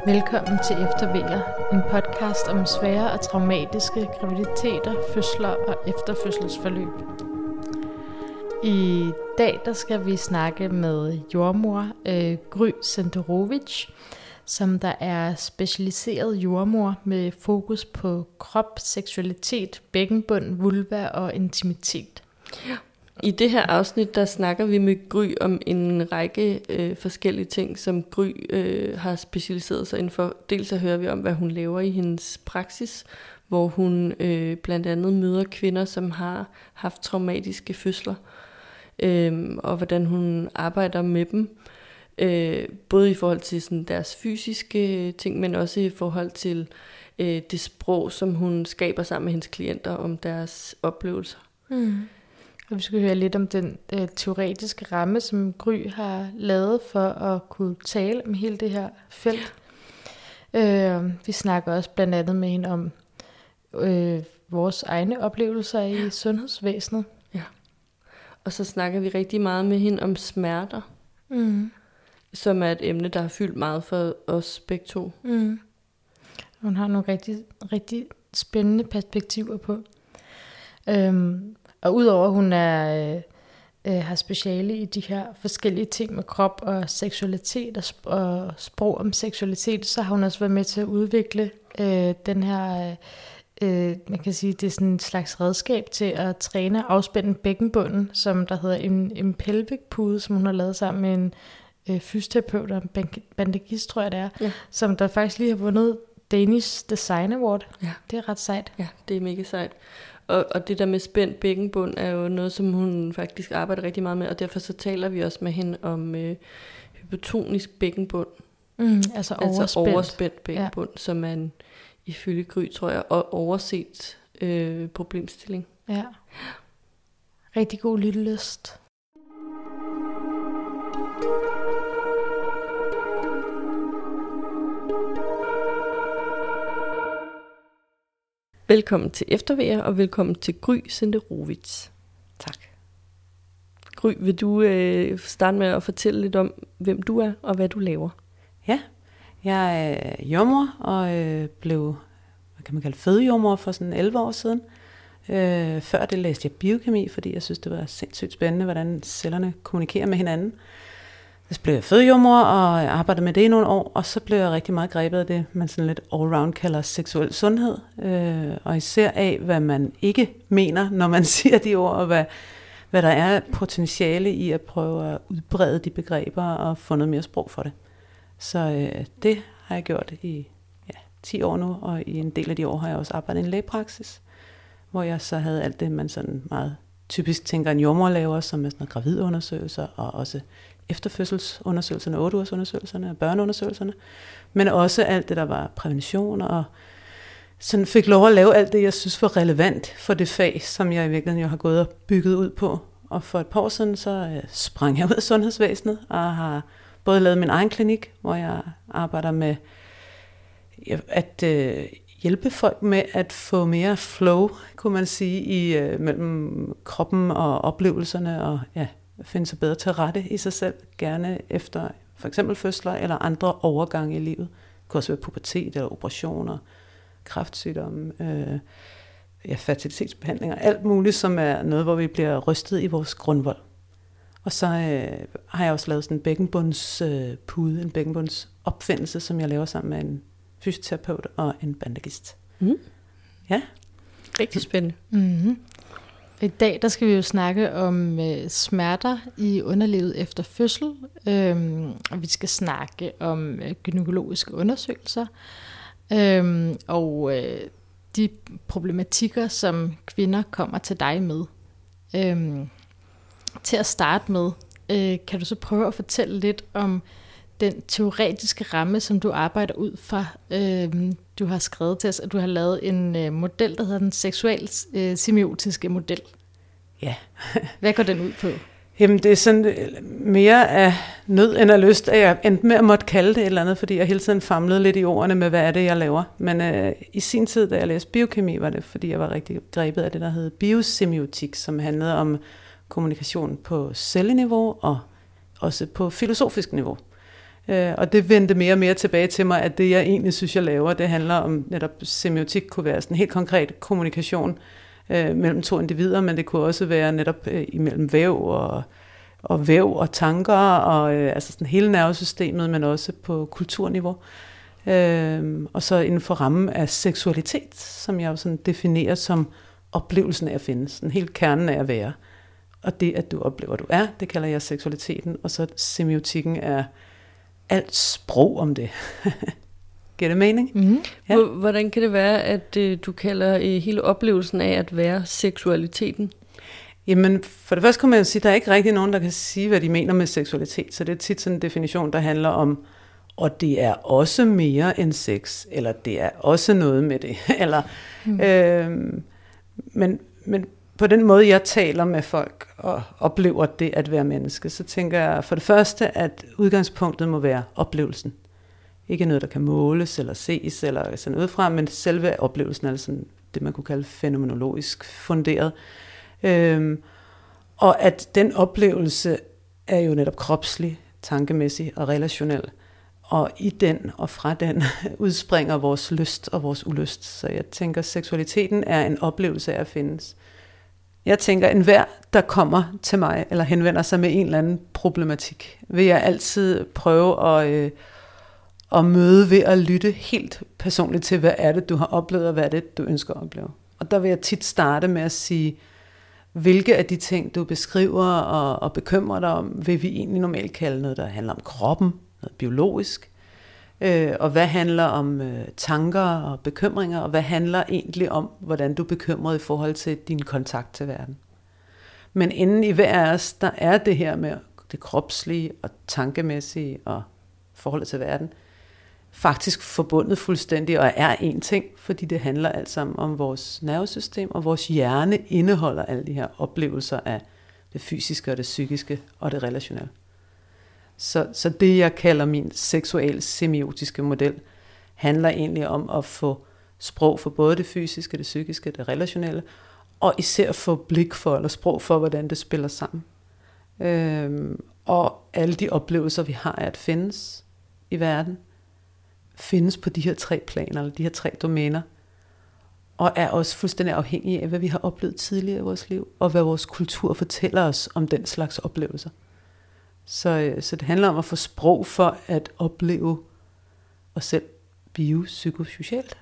Velkommen til Eftervejer, en podcast om svære og traumatiske graviditeter, fødsler og efterfødselsforløb. I dag der skal vi snakke med jordmor Gry Senderovic, som der er specialiseret jordmor med fokus på krop, seksualitet, bækkenbund, vulva og intimitet. I det her afsnit, der snakker vi med Gry om en række forskellige ting, som Gry har specialiseret sig indenfor. Dels så hører vi om, hvad hun laver i hendes praksis, hvor hun blandt andet møder kvinder, som har haft traumatiske fødsler, og hvordan hun arbejder med dem. Både i forhold til sådan deres fysiske ting, men også i forhold til det sprog, som hun skaber sammen med hendes klienter om deres oplevelser. Og vi skal høre lidt om den teoretiske ramme, som Gry har lavet for at kunne tale om hele det her felt. Vi snakker også blandt andet med hende om vores egne oplevelser i sundhedsvæsenet. Ja. Og så snakker vi rigtig meget med hende om smerter, som er et emne, der har fyldt meget for os begge to. Hun har nogle rigtig, rigtig spændende perspektiver på. Og udover at hun har speciale i de her forskellige ting med krop og seksualitet og sprog om seksualitet, så har hun også været med til at udvikle den her, man kan sige, det er sådan en slags redskab til at træne og afspænde bækkenbunden, som der hedder en pelvic pude, som hun har lavet sammen med en fysioterapeut og en bandagist, tror jeg det er, som der faktisk lige har vundet Danish Design Award. Ja. Det er ret sejt. Ja, det er mega sejt. Og det der med spændt bækkenbund er jo noget, som hun faktisk arbejder rigtig meget med, og derfor så taler vi også med hende om hypotonisk bækkenbund. Altså overspændt bækkenbund, som er en, ifølge Gry, tror jeg, overset problemstilling. Ja. Rigtig god lille lyst. Velkommen til Eftervejer, og velkommen til Gry Senderovic. Tak. Gry, vil du starte med at fortælle lidt om, hvem du er og hvad du laver? Ja, jeg er jordmor og blev, hvad kan man kalde, fødejordmor for sådan 11 år siden. Før det læste jeg biokemi, fordi jeg synes, det var sindssygt spændende, hvordan cellerne kommunikerer med hinanden. Så blev jeg fødejordmor og arbejdede med det i nogle år, og så blev jeg rigtig meget grebet af det, man sådan lidt all-round kalder seksuel sundhed, og især af, hvad man ikke mener, når man siger de ord, og hvad der er potentiale i at prøve at udbrede de begreber og få noget mere sprog for det. Så det har jeg gjort i 10 år nu, og i en del af de år har jeg også arbejdet i en lægepraksis, hvor jeg så havde alt det, man sådan meget typisk tænker en jordmor laver, som er sådan gravidundersøgelser og også efterfødselsundersøgelserne, 8-ugersundersøgelserne og børneundersøgelserne, men også alt det, der var prævention, og sådan fik lov at lave alt det, jeg synes var relevant for det fag, som jeg i virkeligheden jo har gået og bygget ud på. Og for et par år siden, så sprang jeg ud af sundhedsvæsenet, og har både lavet min egen klinik, hvor jeg arbejder med at hjælpe folk med at få mere flow, kunne man sige, mellem kroppen og oplevelserne, og finde sig bedre til rette i sig selv, gerne efter for eksempel fødsler eller andre overgange i livet. Det kunne også være pubertet eller operationer, kræftsygdomme, fertilitetsbehandlinger, alt muligt, som er noget, hvor vi bliver rystet i vores grundvold. Og så har jeg også lavet sådan en bækkenbundspude, en bækkenbundsopfindelse, som jeg laver sammen med en fysioterapeut og en bandagist. Ja. Rigtig spændende. I dag der skal vi jo snakke om smerter i underlivet efter fødsel, og vi skal snakke om gynækologiske undersøgelser, og de problematikker, som kvinder kommer til dig med. Til at starte med, kan du så prøve at fortælle lidt om den teoretiske ramme, som du arbejder ud fra. Du har skrevet til os, at du har lavet en model, der hedder den seksual-semiotiske model. Ja. Hvad går den ud på? Jamen, det er sådan mere af nød end af lyst, at jeg endte med at måtte kalde det et eller andet, fordi jeg hele tiden famlede lidt i ordene med, hvad er det, jeg laver. Men i sin tid, da jeg læste biokemi, var det, fordi jeg var rigtig grebet af det, der hed biosemiotik, som handlede om kommunikation på celleniveau og også på filosofisk niveau. Og det vendte mere og mere tilbage til mig, at det jeg egentlig synes, jeg laver, det handler om netop semiotik, kunne være sådan helt konkret kommunikation mellem to individer, men det kunne også være netop imellem væv og tanker, og altså sådan hele nervesystemet, men også på kulturniveau. Og så inden for rammen af seksualitet, som jeg jo sådan definerer som oplevelsen af at findes, den helt kernen af at være. Og det, at du oplever, du er, det kalder jeg seksualiteten, og så semiotikken er alt sprog om det. Giver det mening? Mm-hmm. Ja. Hvordan kan det være, at du kalder hele oplevelsen af at være seksualiteten? Jamen, for det første kunne man jo sige, at der er ikke rigtig nogen, der kan sige, hvad de mener med seksualitet. Så det er tit sådan en definition, der handler om, og det er også mere end sex, eller det er også noget med det. Eller, men på den måde, jeg taler med folk og oplever det at være menneske, så tænker jeg for det første, at udgangspunktet må være oplevelsen. Ikke noget, der kan måles eller ses eller sådan noget fra, men selve oplevelsen er sådan det, man kunne kalde fænomenologisk funderet. Og at den oplevelse er jo netop kropslig, tankemæssig og relationel. Og i den og fra den udspringer vores lyst og vores ulyst. Så jeg tænker, at seksualiteten er en oplevelse af at findes. Jeg tænker, at enhver, der kommer til mig eller henvender sig med en eller anden problematik, vil jeg altid prøve at møde ved at lytte helt personligt til, hvad er det, du har oplevet, og hvad er det, du ønsker at opleve. Og der vil jeg tit starte med at sige, hvilke af de ting, du beskriver og bekymrer dig om, vil vi egentlig normalt kalde noget, der handler om kroppen, noget biologisk, og hvad handler om tanker og bekymringer, og hvad handler egentlig om, hvordan du er bekymret i forhold til din kontakt til verden. Men inden i hver af os, der er det her med det kropslige og tankemæssige og forholdet til verden, faktisk forbundet fuldstændig og er en ting, fordi det handler alt sammen om vores nervesystem, og vores hjerne indeholder alle de her oplevelser af det fysiske og det psykiske og det relationelle. Så det, jeg kalder min seksual-semiotiske model, handler egentlig om at få sprog for både det fysiske, det psykiske, det relationelle, og især få blik for, eller sprog for, hvordan det spiller sammen. Og alle de oplevelser, vi har af at findes i verden, findes på de her 3 planer, eller de her 3 domæner, og er også fuldstændig afhængige af, hvad vi har oplevet tidligere i vores liv, og hvad vores kultur fortæller os om den slags oplevelser. Så det handler om at få sprog for at opleve os selv biopsykosocialt.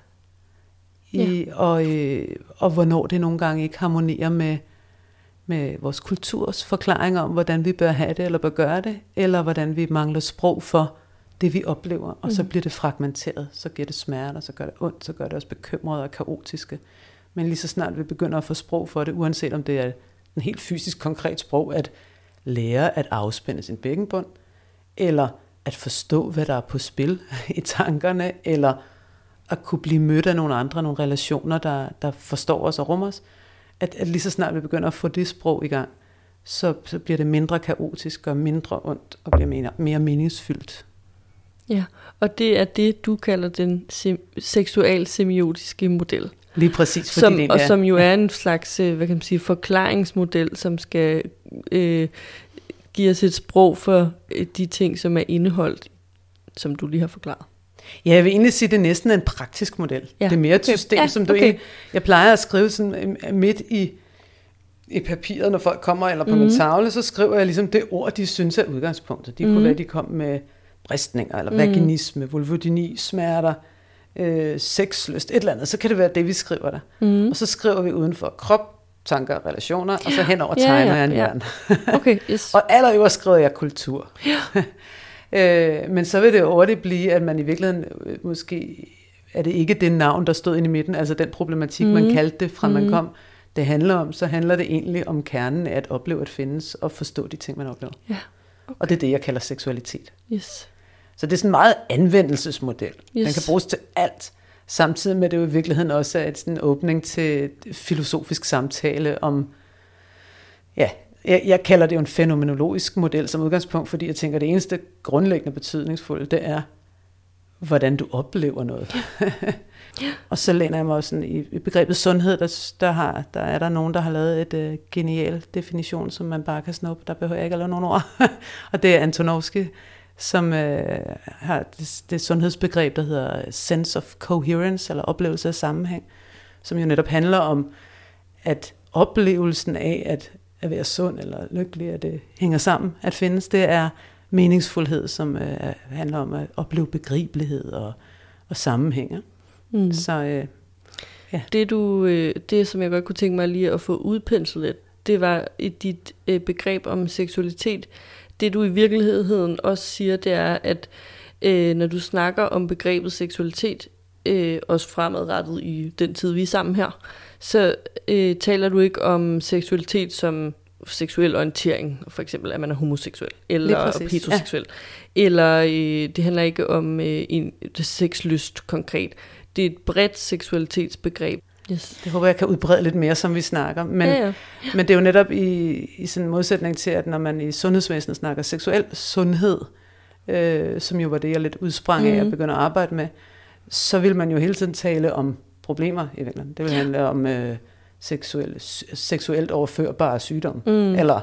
Og hvornår det nogle gange ikke harmonerer med vores kulturs forklaringer om, hvordan vi bør have det, eller bør gøre det, eller hvordan vi mangler sprog for det, vi oplever, og så bliver det fragmenteret, så giver det smerter, så gør det ondt, så gør det også bekymret og kaotiske. Men lige så snart vi begynder at få sprog for det, uanset om det er en helt fysisk konkret sprog, at lære at afspænde sin bækkenbund, eller at forstå, hvad der er på spil i tankerne, eller at kunne blive mødt af nogle andre, nogle relationer, der forstår os og rummer os, at lige så snart vi begynder at få det sprog i gang, så bliver det mindre kaotisk og mindre ondt, og bliver mere meningsfyldt. Ja, og det er det, du kalder den seksual-semiotiske model. Lige præcis. Som jo er en slags, hvad kan man sige, forklaringsmodel, som skal give os et sprog for de ting, som er indeholdt, som du lige har forklaret. Ja, jeg vil egentlig sige, at det er næsten en praktisk model. Ja. Det er mere et system, som du egentlig... Jeg plejer at skrive sådan midt i papiret, når folk kommer, eller på min tavle, så skriver jeg ligesom det ord, de synes er udgangspunktet. De kunne være, de kom med bristninger, eller vaginisme, vulvodyni, smerter, sexlyst, et eller andet. Så kan det være det, vi skriver der. Og så skriver vi uden for krop, tanker og relationer, og så henover tegner jeg en hjerne. Okay, yes. Og allerøverst skriver jeg kultur. Men så vil det jo hurtigt blive, at man i virkeligheden, måske er det ikke det navn, der stod inde i midten, altså den problematik, man kaldte det, fra man kom, det handler om, så handler det egentlig om kernen af at opleve at findes, og forstå de ting, man oplever. Ja. Okay. Og det er det, jeg kalder seksualitet. Yes. Så det er sådan en meget anvendelsesmodel. Yes. Den kan bruges til alt, samtidig med det jo i virkeligheden også er sådan en åbning til filosofisk samtale om, ja, jeg kalder det jo en fænomenologisk model som udgangspunkt, fordi jeg tænker, at det eneste grundlæggende betydningsfulde, det er, hvordan du oplever noget. Og så læner jeg mig også sådan, i begrebet sundhed, der er der nogen, der har lavet et genial definition, som man bare kan snuppe. Der behøver jeg ikke at lave nogen ord. Og det er Antonovsky, som har det sundhedsbegreb, der hedder sense of coherence, eller oplevelse af sammenhæng, som jo netop handler om, at oplevelsen af at være sund eller lykkelig, at det hænger sammen, at findes, det er meningsfuldhed, som handler om at opleve begribelighed og sammenhæng. Så ja. Det, som jeg godt kunne tænke mig lige at få udpenslet lidt, det var i dit begreb om seksualitet. Det du i virkeligheden også siger, det er, at når du snakker om begrebet seksualitet, også fremadrettet i den tid, vi er sammen her, så taler du ikke om seksualitet som seksuel orientering, for eksempel at man er homoseksuel eller heteroseksuel, eller det handler ikke om sexlyst konkret. Det er et bredt seksualitetsbegreb. Yes. Det håber jeg kan udbrede lidt mere, som vi snakker. Men det er jo netop i sådan en modsætning til, at når man i sundhedsvæsenet snakker seksuel sundhed, som jo var det, jeg lidt udsprang af at begynde at arbejde med, så vil man jo hele tiden tale om problemer i virkeligheden. Det vil handle om seksuelt overførbare sygdomme, eller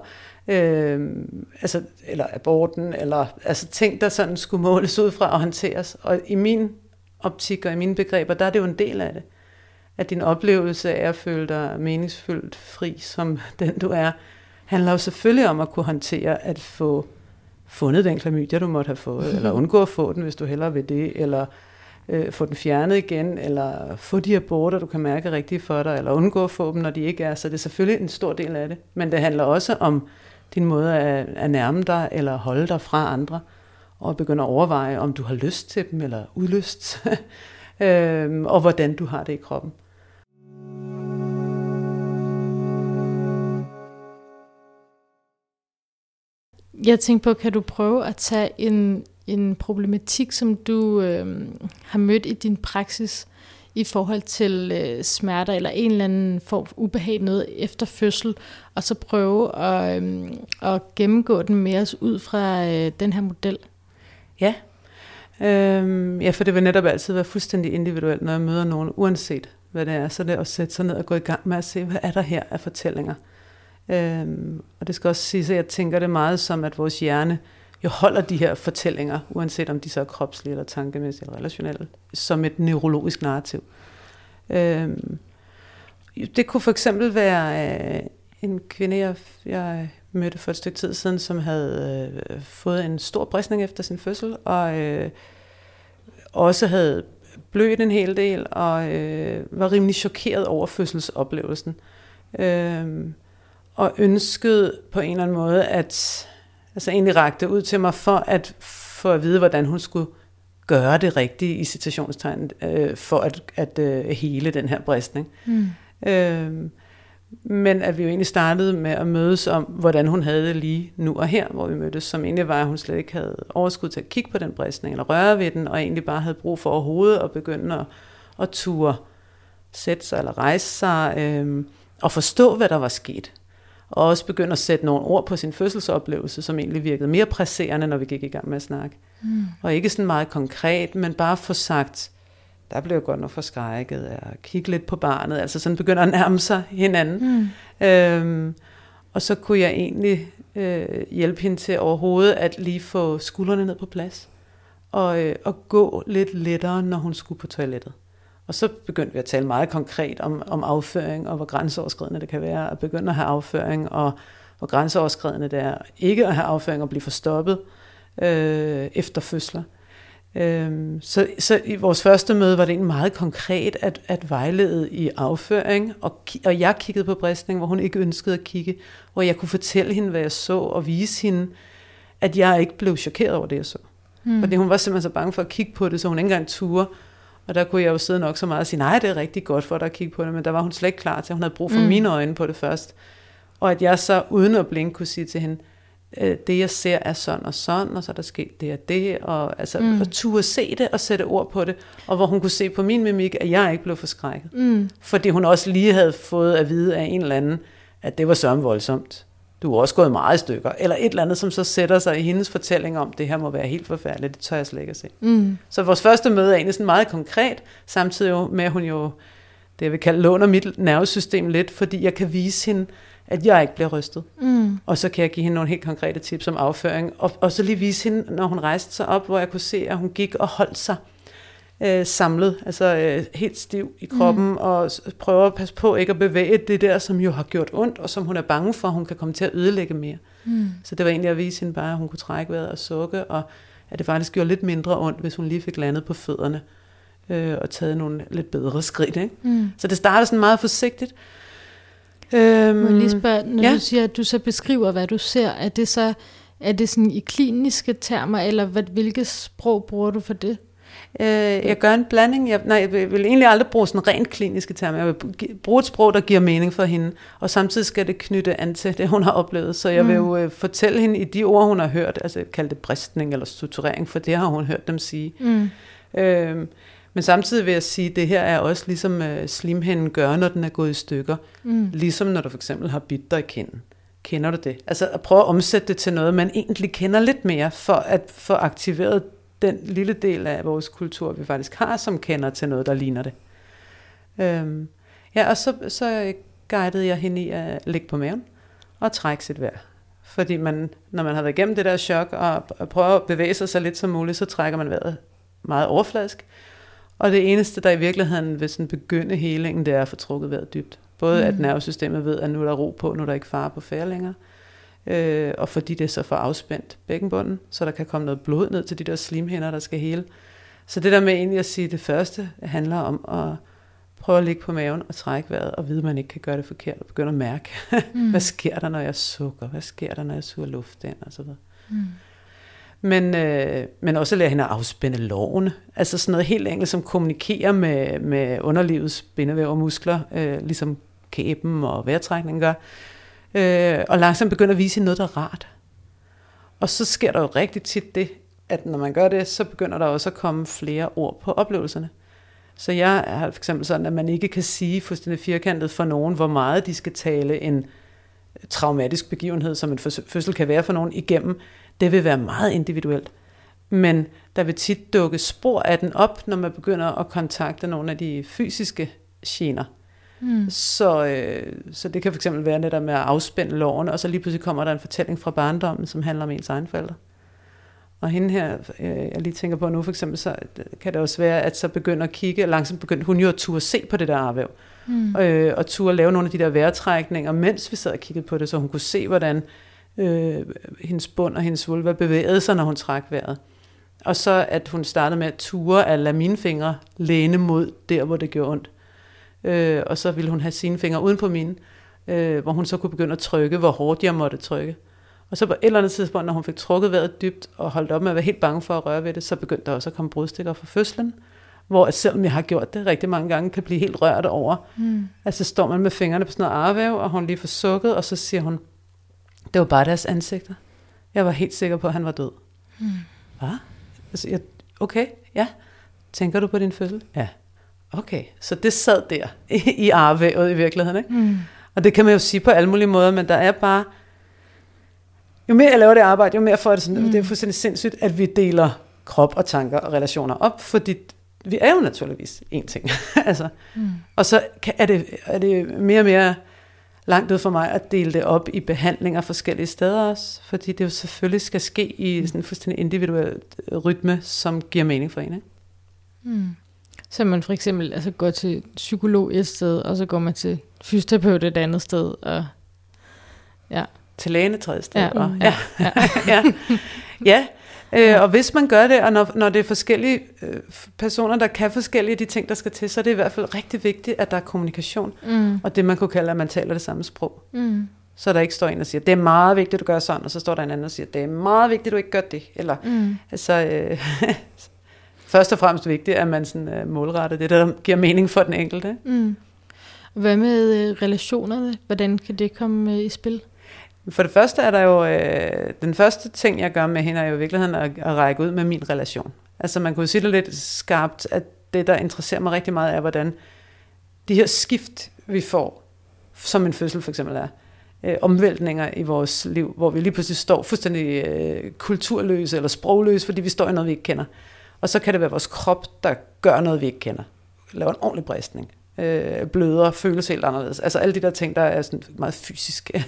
aborten, eller ting, der sådan skulle måles ud fra og håndteres. Og i min optik og i mine begreber, der er det jo en del af det. At din oplevelse af at føle dig meningsfyldt fri, som den du er, handler jo selvfølgelig om at kunne håndtere at få fundet den klamydia, du måtte have fået, eller undgå at få den, hvis du hellere vil det, eller få den fjernet igen, eller få de aborter, du kan mærke rigtigt for dig, eller undgå at få dem, når de ikke er. Så det er selvfølgelig en stor del af det. Men det handler også om din måde at nærme dig, eller holde dig fra andre, og begynde at overveje, om du har lyst til dem, eller udlyst, og hvordan du har det i kroppen. Jeg tænkte på, kan du prøve at tage en problematik, som du har mødt i din praksis i forhold til smerter eller en eller anden form for ubehag noget efter fødsel, og så prøve at gennemgå den med os ud fra den her model? Ja. For det vil netop altid være fuldstændig individuelt, når jeg møder nogen, uanset hvad det er. Så det er at sætte sig ned og gå i gang med at se, hvad er der her af fortællinger. Og det skal også siges, at jeg tænker det meget som, at vores hjerne jo holder de her fortællinger, uanset om de så er kropslige eller tankemæssige eller relationelle, som et neurologisk narrativ. Det kunne for eksempel være en kvinde, jeg mødte for et stykke tid siden, som havde fået en stor bristning efter sin fødsel, og også havde blødt en hel del, og var rimelig chokeret over fødselsoplevelsen. Og ønskede på en eller anden måde, egentlig rakte ud til mig for at vide, hvordan hun skulle gøre det rigtige i citationstegn, for at hele den her bristning. Men at vi jo egentlig startede med at mødes om, hvordan hun havde det lige nu og her, hvor vi mødtes, som egentlig var, at hun slet ikke havde overskud til at kigge på den bristning, eller røre ved den, og egentlig bare havde brug for overhovedet at begynde at ture sætte sig eller rejse sig, og forstå, hvad der var sket. Og også begynde at sætte nogle ord på sin fødselsoplevelse, som egentlig virkede mere presserende, når vi gik i gang med at snakke. Og ikke sådan meget konkret, men bare få sagt, der blev jeg godt nok forskrækket at kigge lidt på barnet, altså sådan begynder at nærme sig hinanden. Og så kunne jeg egentlig hjælpe hende til overhovedet at lige få skuldrene ned på plads, og gå lidt lettere, når hun skulle på toilettet. Og så begyndte vi at tale meget konkret om afføring, og hvor grænseoverskridende det kan være at begynde at have afføring, og hvor grænseoverskridende det er ikke at have afføring og blive forstoppet efter fødsler. Så i vores første møde var det egentlig meget konkret at vejlede i afføring, og jeg kiggede på bristning, hvor hun ikke ønskede at kigge, hvor jeg kunne fortælle hende, hvad jeg så, og vise hende, at jeg ikke blev chokeret over det, jeg så. Fordi hun var simpelthen så bange for at kigge på det, så hun ikke engang turde. Og der kunne jeg jo sidde nok så meget og sige, nej, det er rigtig godt for dig at kigge på det, men der var hun slet ikke klar til, hun havde brug for mine øjne på det først. Og at jeg så uden at blinke kunne sige til hende, det jeg ser er sådan, og så er der sket det og det, og at turde se det og sætte ord på det, og hvor hun kunne se på min mimik, at jeg ikke blev forskrækket. Fordi hun også lige havde fået at vide af en eller anden, at det var sørme voldsomt. Du er også gået meget i stykker, eller et eller andet, som så sætter sig i hendes fortælling om, det her må være helt forfærdeligt, det tør jeg slet ikke at se. Så vores første møde er egentlig sådan meget konkret, samtidig med, at hun jo, det jeg vil kalde, låner mit nervesystem lidt, fordi jeg kan vise hende, at jeg ikke bliver rystet. Og så kan jeg give hende nogle helt konkrete tips om afføring, og så lige vise hende, når hun rejste sig op, hvor jeg kunne se, at hun gik og holdt sig samlet, altså helt stiv i kroppen, og prøver at passe på ikke at bevæge det der, som jo har gjort ondt, og som hun er bange for, at hun kan komme til at ødelægge mere. Så det var egentlig at vise hende bare, at hun kunne trække vejret og sukke, og at det faktisk gjorde lidt mindre ondt, hvis hun lige fik landet på fødderne, og taget nogle lidt bedre skridt. Ikke? Så det starter sådan meget forsigtigt. Må jeg lige spørge, når du siger, at du så beskriver, hvad du ser, er det sådan i kliniske termer, eller hvilket sprog bruger du for det? Jeg gør en blanding. Jeg vil egentlig aldrig bruge sådan rent kliniske termer. Jeg vil bruge et sprog, der giver mening for hende, og samtidig skal det knytte an til det, hun har oplevet. Så jeg vil jo fortælle hende i de ord, hun har hørt, altså kalde det bristning eller suturering, for det har hun hørt dem sige. Men samtidig vil jeg sige, at det her er også ligesom slimhinden gør, når den er gået i stykker. Ligesom når du for eksempel har bidt dig i kinden. Kender du det? Altså at prøve at omsætte det til noget, man egentlig kender lidt mere, for at få aktiveret den lille del af vores kultur, vi faktisk har, som kender til noget, der ligner det. Og så guidede jeg hende i at ligge på maven og trække sit vejr. Fordi når man har været igennem det der chok og prøver at bevæge sig så lidt som muligt, så trækker man vejret meget overfladisk. Og det eneste, der i virkeligheden vil sådan begynde helingen, det er at få trukket vejret dybt. Både at nervesystemet ved, at nu er der ro på, nu er der ikke fare på færre længere. Og fordi det så får afspændt bækkenbunden, så der kan komme noget blod ned til de der slimhinder, der skal hele. Så det der med egentlig at sige, det første handler om at prøve at ligge på maven og trække vejret, og vide, at man ikke kan gøre det forkert, og begynde at mærke, hvad sker der, når jeg sukker, hvad sker der, når jeg suger luft ind, og så videre. Men også lære hende at afspænde lårene, altså sådan noget helt enkelt, som kommunikerer med underlivets bindevæv og muskler, ligesom kæben og vejrtrækningen gør. Og langsomt begynder at vise hende noget, der er rart. Og så sker der jo rigtig tit det, at når man gør det, så begynder der også at komme flere ord på oplevelserne. Så jeg har for eksempel sådan, at man ikke kan sige fuldstændig firkantet for nogen, hvor meget de skal tale en traumatisk begivenhed, som en fødsel kan være for nogen igennem. Det vil være meget individuelt. Men der vil tit dukke spor af den op, når man begynder at kontakte nogle af de fysiske gener. Så det kan fx være netop med at afspænde lårene, og så lige pludselig kommer der en fortælling fra barndommen, som handler om ens egen forældre. Og hende her, jeg lige tænker på nu for eksempel, så kan det også være, at så begynder at kigge, langsomt begyndte hun jo at turde se på det der arvæv, og turde lave nogle af de der vejrtrækninger, mens vi sad og kiggede på det, så hun kunne se, hvordan hendes bund og hendes vulva bevægede sig, når hun trak vejret. Og så at hun startede med at ture at lade mine fingre læne mod der, hvor det gjorde ondt. Og så ville hun have sine fingre uden på mine, hvor hun så kunne begynde at trykke, hvor hårdt jeg måtte trykke. Og så på et eller andet tidspunkt, når hun fik trukket vejret dybt og holdt op med at være helt bange for at røre ved det, så begyndte der også at komme brudstikker fra fødslen, hvor selvom jeg har gjort det rigtig mange gange, kan blive helt rørt over. Altså står man med fingrene på sådan noget arvæv, og hun lige får sukket, og så siger hun, det var bare deres ansigter. Jeg var helt sikker på, at han var død. Hvad? Altså, okay, ja. Tænker du på din fødsel? Ja. Okay, så det sad der i arvævet i virkeligheden, ikke? Og det kan man jo sige på alle mulige måder, men der er bare, jo mere jeg laver det arbejde, jo mere får det sådan, det er fuldstændig sindssygt, at vi deler krop og tanker og relationer op, fordi vi er jo naturligvis én ting. Altså. Og så er det mere og mere langt ud for mig at dele det op i behandlinger forskellige steder også, fordi det jo selvfølgelig skal ske i sådan en fuldstændig individuel rytme, som giver mening for en, ikke? Så man for eksempel går til psykolog et sted, og så går man til fysioterapeut et andet sted, og til lægen et tredje sted. Og hvis man gør det, og når det er forskellige personer, der kan forskellige de ting, der skal til, så er det i hvert fald rigtig vigtigt, at der er kommunikation, og det man kunne kalde, at man taler det samme sprog. Så der ikke står en og siger, det er meget vigtigt, at du gør sådan, og så står der en anden og siger, det er meget vigtigt, at du ikke gør det. Eller, først og fremmest vigtigt, at man sådan, målretter det, der giver mening for den enkelte. Hvad med relationerne? Hvordan kan det komme i spil? For det første er der jo, den første ting, jeg gør med hende, er jo i virkeligheden at række ud med min relation. Altså man kunne sige det lidt skarpt, at det, der interesserer mig rigtig meget, er, hvordan de her skift, vi får, som en fødsel for eksempel er, omvæltninger i vores liv, hvor vi lige pludselig står fuldstændig kulturløse eller sprogløse, fordi vi står i noget, vi ikke kender. Og så kan det være vores krop, der gør noget, vi ikke kender. Laver en ordentlig bristning. bløder, føles helt anderledes. Altså alle de der ting, der er sådan meget fysiske.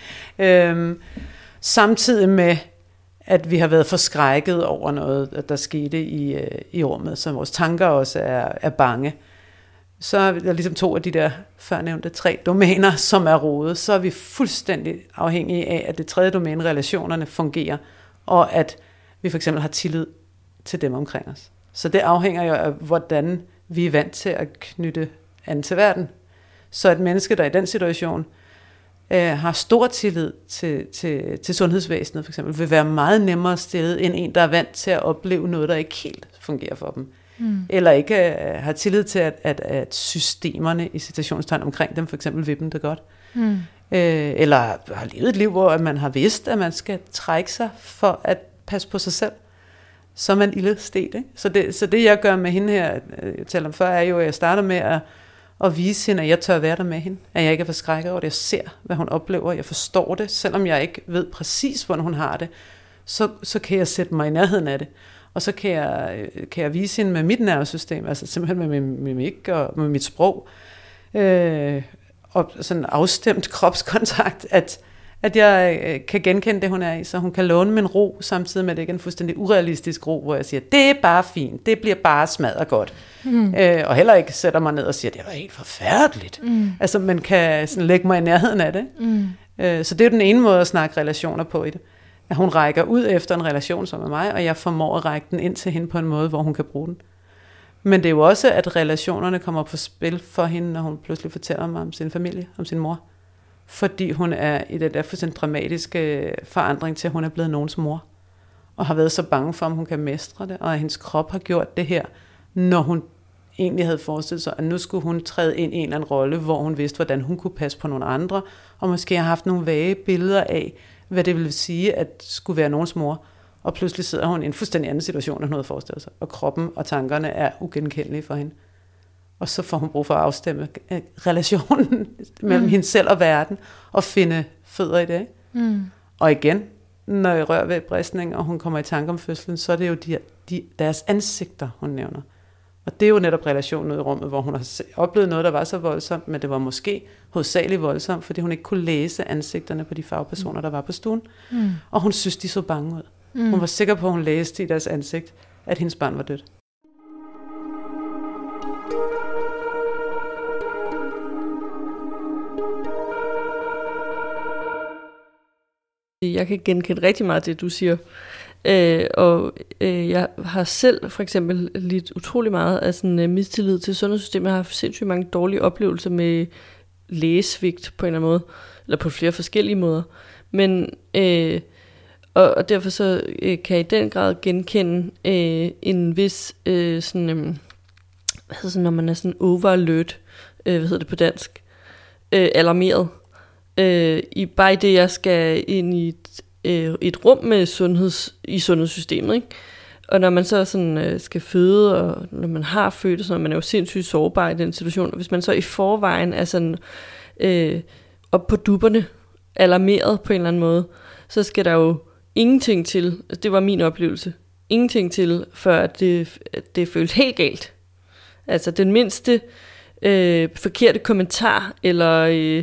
Samtidig med, at vi har været forskrækket over noget, der skete i rummet, så vores tanker også er bange. Så er der ligesom 2 af de der førnævnte 3 domæner, som er rodet. Så er vi fuldstændig afhængige af, at det 3. domæne, relationerne, fungerer, og at vi for eksempel har tillid til dem omkring os. Så det afhænger jo af, hvordan vi er vant til at knytte an til verden. Så et menneske, der i den situation har stor tillid til sundhedsvæsenet, for eksempel, vil være meget nemmere stillet end en, der er vant til at opleve noget, der ikke helt fungerer for dem. Eller ikke har tillid til, at systemerne i citationstegn omkring dem, for eksempel vil dem det godt. Eller har levet et liv, hvor man har vidst, at man skal trække sig for at passe på sig selv. Så er man ildestet, ikke? Så det jeg gør med hende her, jeg talte om før, er jo, at jeg starter med at vise hende, at jeg tør være der med hende. At jeg ikke er forskrækket over det. Jeg ser, hvad hun oplever. Jeg forstår det. Selvom jeg ikke ved præcis, hvordan hun har det, så kan jeg sætte mig i nærheden af det. Og så kan jeg vise hende med mit nervesystem, altså simpelthen med min mimik og med mit sprog, og sådan afstemt kropskontakt, at jeg kan genkende det, hun er i, så hun kan låne min ro, samtidig med, at det ikke er en fuldstændig urealistisk ro, hvor jeg siger, det er bare fint, det bliver bare smadret godt. Og heller ikke sætter mig ned og siger, det var helt forfærdeligt. Altså, man kan sådan lægge mig i nærheden af det. Så det er jo den ene måde at snakke relationer på i det. At hun rækker ud efter en relation som er mig, og jeg formår at række den ind til hende på en måde, hvor hun kan bruge den. Men det er jo også, at relationerne kommer på spil for hende, når hun pludselig fortæller mig om sin familie, om sin mor. Fordi hun er i den der fuldstændig dramatiske forandring til, at hun er blevet nogens mor. Og har været så bange for, om hun kan mestre det, og at hendes krop har gjort det her, når hun egentlig havde forestillet sig, at nu skulle hun træde ind i en eller anden rolle, hvor hun vidste, hvordan hun kunne passe på nogle andre, og måske har haft nogle vage billeder af, hvad det vil sige, at skulle være nogens mor. Og pludselig sidder hun i en fuldstændig anden situation, end hun havde forestillet sig. Og kroppen og tankerne er ugenkendelige for hende. Og så får hun brug for at afstemme relationen mellem hende selv og verden, og finde fødder i det. Og igen, når jeg rører ved bristning, og hun kommer i tanke om fødslen, så er det jo deres ansigter, hun nævner. Og det er jo netop relationen ud i rummet, hvor hun har oplevet noget, der var så voldsomt, men det var måske hovedsageligt voldsomt, fordi hun ikke kunne læse ansigterne på de fagpersoner, der var på stuen. Og hun synes, de så bange ud. Hun var sikker på, at hun læste i deres ansigt, at hendes barn var dødt. Jeg kan genkende rigtig meget det, du siger. Jeg har selv for eksempel lidt utrolig meget af sådan mistillid til sundhedssystemet. Jeg har haft sindssygt mange dårlige oplevelser med lægesvigt på en eller anden måde, eller på flere forskellige måder. Men og derfor så kan jeg i den grad genkende en vis sådan, når man er sådan over alert, hvad hedder det på dansk, alarmeret. Bare i det, jeg skal ind i et rum med sundhedssystemet, ikke? Og når man så sådan, skal føde, og når man har født, så er man jo sindssygt sårbar i den situation. Og hvis man så i forvejen er sådan op på dupperne, alarmeret på en eller anden måde, så skal der jo ingenting til, altså det var min oplevelse, ingenting til, før det føles helt galt. Altså den mindste forkerte kommentar, eller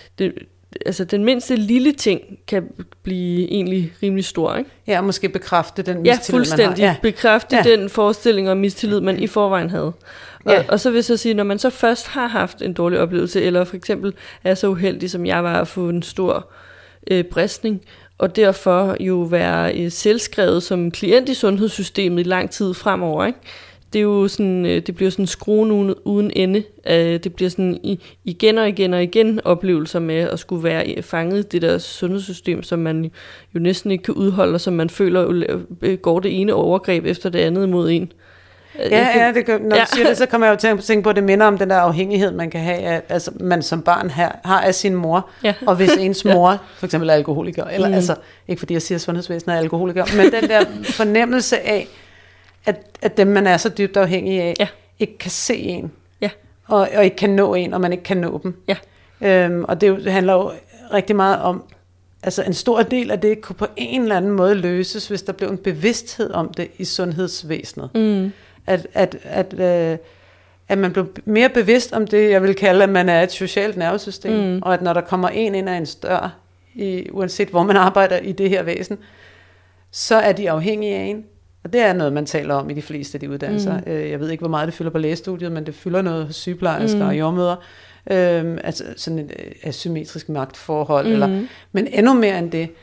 den mindste lille ting kan blive egentlig rimelig stor, ikke? Ja, og måske bekræfte den mistillid, fuldstændig. Man har. Ja, bekræfte den forestilling om mistillid, man i forvejen havde. Og så vil jeg så sige, når man så først har haft en dårlig oplevelse, eller for eksempel er så uheldig, som jeg var, at få en stor bristning, og derfor jo være selvskrevet som klient i sundhedssystemet i lang tid fremover, ikke? Det er jo sådan, det bliver sådan skruen uden ende. Det bliver sådan igen og igen og igen oplevelser med at skulle være fanget i det der sundhedssystem, som man jo næsten ikke kan udholde, og som man føler går det ene overgreb efter det andet imod en. Ja, det kan, når du siger det, så kommer jeg jo til at tænke på, at det minder om den der afhængighed, man kan have, at altså, man som barn har af sin mor, og hvis ens mor for eksempel er alkoholiker, eller altså, ikke fordi jeg siger, at sundhedsvæsenet er alkoholiker, men den der fornemmelse af, at dem, man er så dybt afhængig af, ikke kan se en, og ikke kan nå en, og man ikke kan nå dem. Og det handler jo rigtig meget om, altså en stor del af det kunne på en eller anden måde løses, hvis der blev en bevidsthed om det i sundhedsvæsenet. at man blev mere bevidst om det, jeg vil kalde, at man er et socialt nervesystem, og at når der kommer en ind ad en dør, uanset hvor man arbejder i det her væsen, så er de afhængige af en. Og det er noget, man taler om i de fleste af de uddannelser. Jeg ved ikke, hvor meget det fylder på lægestudiet, men det fylder noget hos sygeplejersker og jordmødre. Altså sådan et asymmetrisk magtforhold. Men endnu mere end det,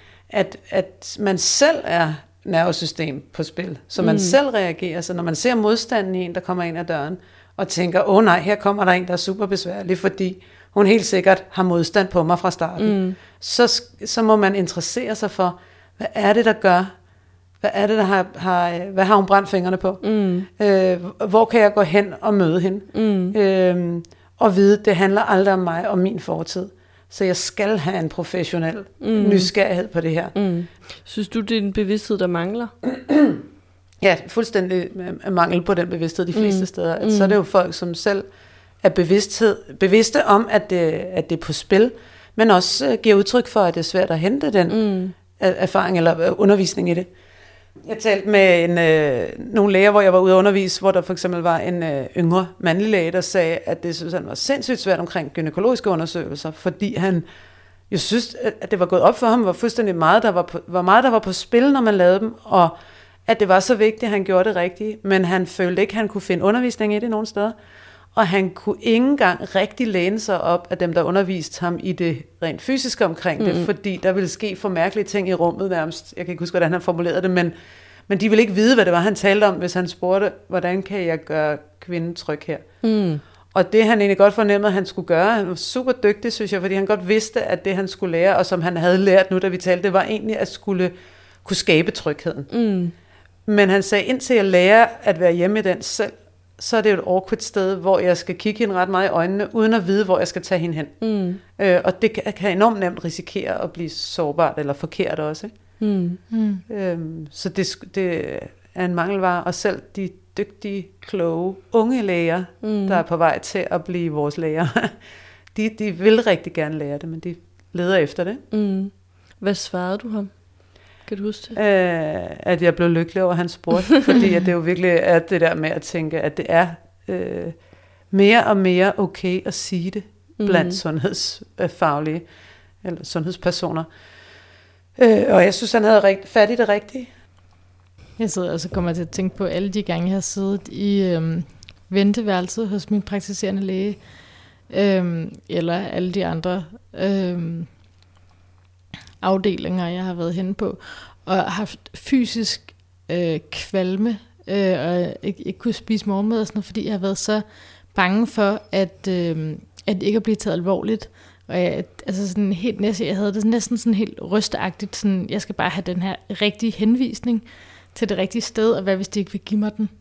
at man selv er nervesystem på spil. Så man selv reagerer. Så når man ser modstanden i en, der kommer ind ad døren, og tænker, nej, her kommer der en, der er super besværlig, fordi hun helt sikkert har modstand på mig fra starten. Så må man interessere sig for, hvad er det, der gør? Hvad er det, hvad har hun brændt fingrene på? Hvor kan jeg gå hen og møde hende? Og vide, det handler aldrig om mig og min fortid. Så jeg skal have en professionel nysgerrighed på det her. Synes du, det er en bevidsthed, der mangler? Ja, fuldstændig mangel på den bevidsthed de fleste steder. Så er det jo folk, som selv er bevidste om, at det er på spil, men også giver udtryk for, at det er svært at hente den erfaring eller undervisning i det. Jeg talte med nogle læger, hvor jeg var ude at undervise, hvor der for eksempel var en yngre mandlig læge, der sagde, at det synes han var sindssygt svært omkring gynækologiske undersøgelser, fordi han jo synes, at det var gået op for ham, var fuldstændig meget, der var på spil, når man lavede dem, og at det var så vigtigt, at han gjorde det rigtigt, men han følte ikke, at han kunne finde undervisning i det nogen steder. Og han kunne ikke engang rigtig læne sig op af dem, der underviste ham i det rent fysiske omkring det, fordi der ville ske for mærkelige ting i rummet nærmest. Jeg kan ikke huske, hvordan han formulerede det, men de ville ikke vide, hvad det var, han talte om, hvis han spurgte, hvordan kan jeg gøre kvinden tryg her? Og det han egentlig godt fornemmede, at han skulle gøre, han var super dygtig, synes jeg, fordi han godt vidste, at det han skulle lære, og som han havde lært nu, da vi talte, det var egentlig at skulle kunne skabe trygheden. Men han sagde, indtil jeg lærer at være hjemme i den selv, så er det jo et awkward sted, hvor jeg skal kigge hende ret meget i øjnene, uden at vide, hvor jeg skal tage hende hen. Og det kan enormt nemt risikere at blive sårbart eller forkert også. Så det er en mangelvare, og selv de dygtige, kloge, unge læger, der er på vej til at blive vores læger, de vil rigtig gerne lære det, men de leder efter det. Hvad svarede du ham? Kan du huske det? At jeg blev lykkelig over hans spurgte, fordi at det jo virkelig er det der med at tænke, at det er mere og mere okay at sige det blandt sundhedsfaglige eller sundhedspersoner. Og jeg synes, han havde fat i det rigtige. Jeg sidder og så kommer til at tænke på alle de gange, jeg har siddet i venteværelset hos min praktiserende læge, eller alle de andre afdelinger, jeg har været henne på, og haft fysisk kvalme, og ikke kunne spise morgenmad og sådan noget, fordi jeg har været så bange for, at ikke at blive taget alvorligt. Og jeg havde det næsten sådan helt rystagtigt, sådan, jeg skal bare have den her rigtige henvisning til det rigtige sted, og hvad hvis de ikke vil give mig den?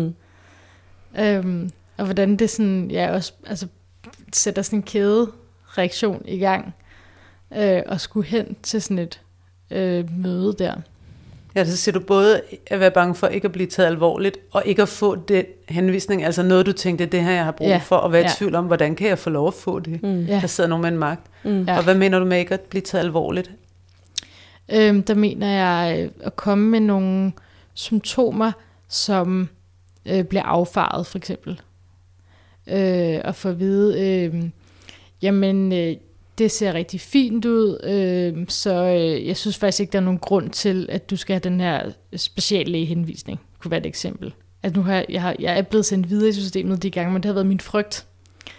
Og hvordan det sådan, også sætter sådan en kædereaktion i gang, og skulle hen til sådan et møde der. Ja, så siger du både at være bange for ikke at blive taget alvorligt, og ikke at få den henvisning, altså noget du tænkte, det her jeg har brug for, og være i tvivl om, hvordan kan jeg få lov at få det? Der sidder nogen med en magt. Og hvad mener du med ikke at blive taget alvorligt? Der mener jeg at komme med nogle symptomer, som bliver affaret, for eksempel. Og få at vide, det ser rigtig fint ud, så jeg synes faktisk ikke, der er nogen grund til, at du skal have den her speciallægehenvisning, kunne være et eksempel. Altså nu jeg er blevet sendt videre i systemet de gange, men det har været min frygt.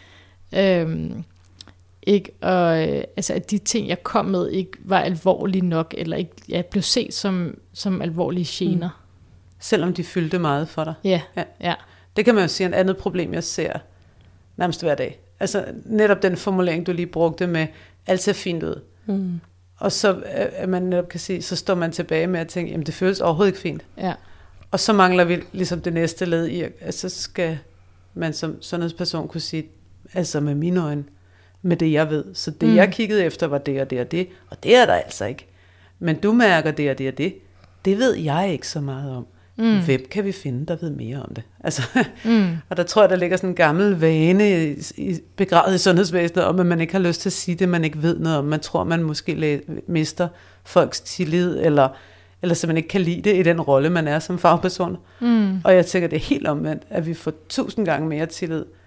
Ikke, og at de ting, jeg kom med, ikke var alvorlige nok, eller ikke, jeg blev set som alvorlige gener. Selvom de fyldte meget for dig. Ja. Det kan man jo sige, et andet problem, jeg ser nærmest hver dag. Altså netop den formulering, du lige brugte med, alt ser fint ud. Og så, at man netop kan sige, så står man tilbage med at tænke, jamen det føles overhovedet ikke fint. Ja. Og så mangler vi ligesom det næste led i, at så skal man som sundhedsperson kunne sige, altså med mine øjne, med det jeg ved. Så det jeg kiggede efter var det og det og det, og det er der altså ikke. Men du mærker det og det og det. Det ved jeg ikke så meget om. Hvem kan vi finde, der ved mere om det? Altså, og der tror jeg, der ligger sådan en gammel vane begravet i sundhedsvæsenet, om at man ikke har lyst til at sige det, man ikke ved noget om. Man tror, man måske mister folks tillid, eller simpelthen ikke kan lide det i den rolle, man er som fagperson. Og jeg tænker, det er helt omvendt, at vi får 1000 gange mere tillid,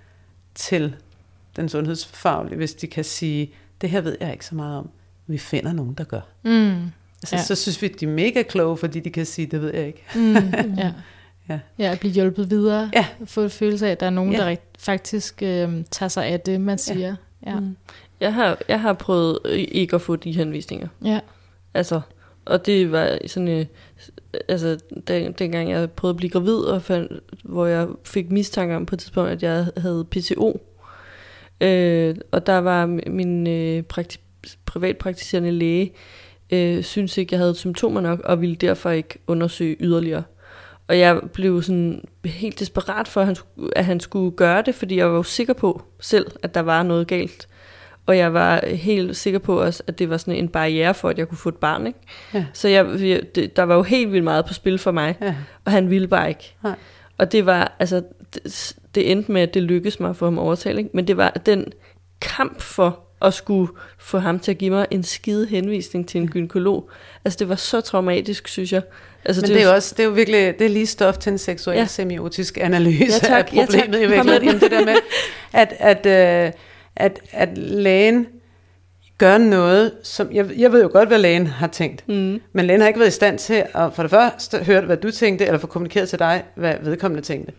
til den sundhedsfaglige, hvis de kan sige, det her ved jeg ikke så meget om. Vi finder nogen, der gør. Så synes vi, at de er mega kloge, fordi de kan sige, det ved jeg ikke. Ja, at blive hjulpet videre. Ja. Få en følelse af, at der er nogen, der faktisk tager sig af det, man siger. Ja. Jeg har prøvet ikke at få de henvisninger. Ja. Altså, og det var sådan, dengang jeg prøvede at blive gravid, hvor jeg fik mistanke om på et tidspunkt, at jeg havde PCO. Og der var min privatpraktiserende læge, synes ikke, jeg havde symptomer nok, og ville derfor ikke undersøge yderligere. Og jeg blev sådan helt desperat for, at han skulle gøre det, fordi jeg var jo sikker på selv, at der var noget galt. Og jeg var helt sikker på også, at det var sådan en barriere for, at jeg kunne få et barn. Ikke? Ja. Så der var jo helt vildt meget på spil for mig, og han ville bare ikke. Ja. Og det var, altså, det endte med, at det lykkedes mig at få ham overtalt. Ikke? Men det var den kamp for at skulle få ham til at give mig en skide henvisning til en gynekolog. Altså det var så traumatisk, synes jeg. Altså, men det er jo virkelig, det er lige stof til en seksuel semiotisk analyse af problemet i virkeligheden. Det der med, at lægen gør noget, som, jeg ved jo godt, hvad lægen har tænkt, men lægen har ikke været i stand til at for det første høre, hvad du tænkte, eller få kommunikeret til dig, hvad vedkommende tænkte.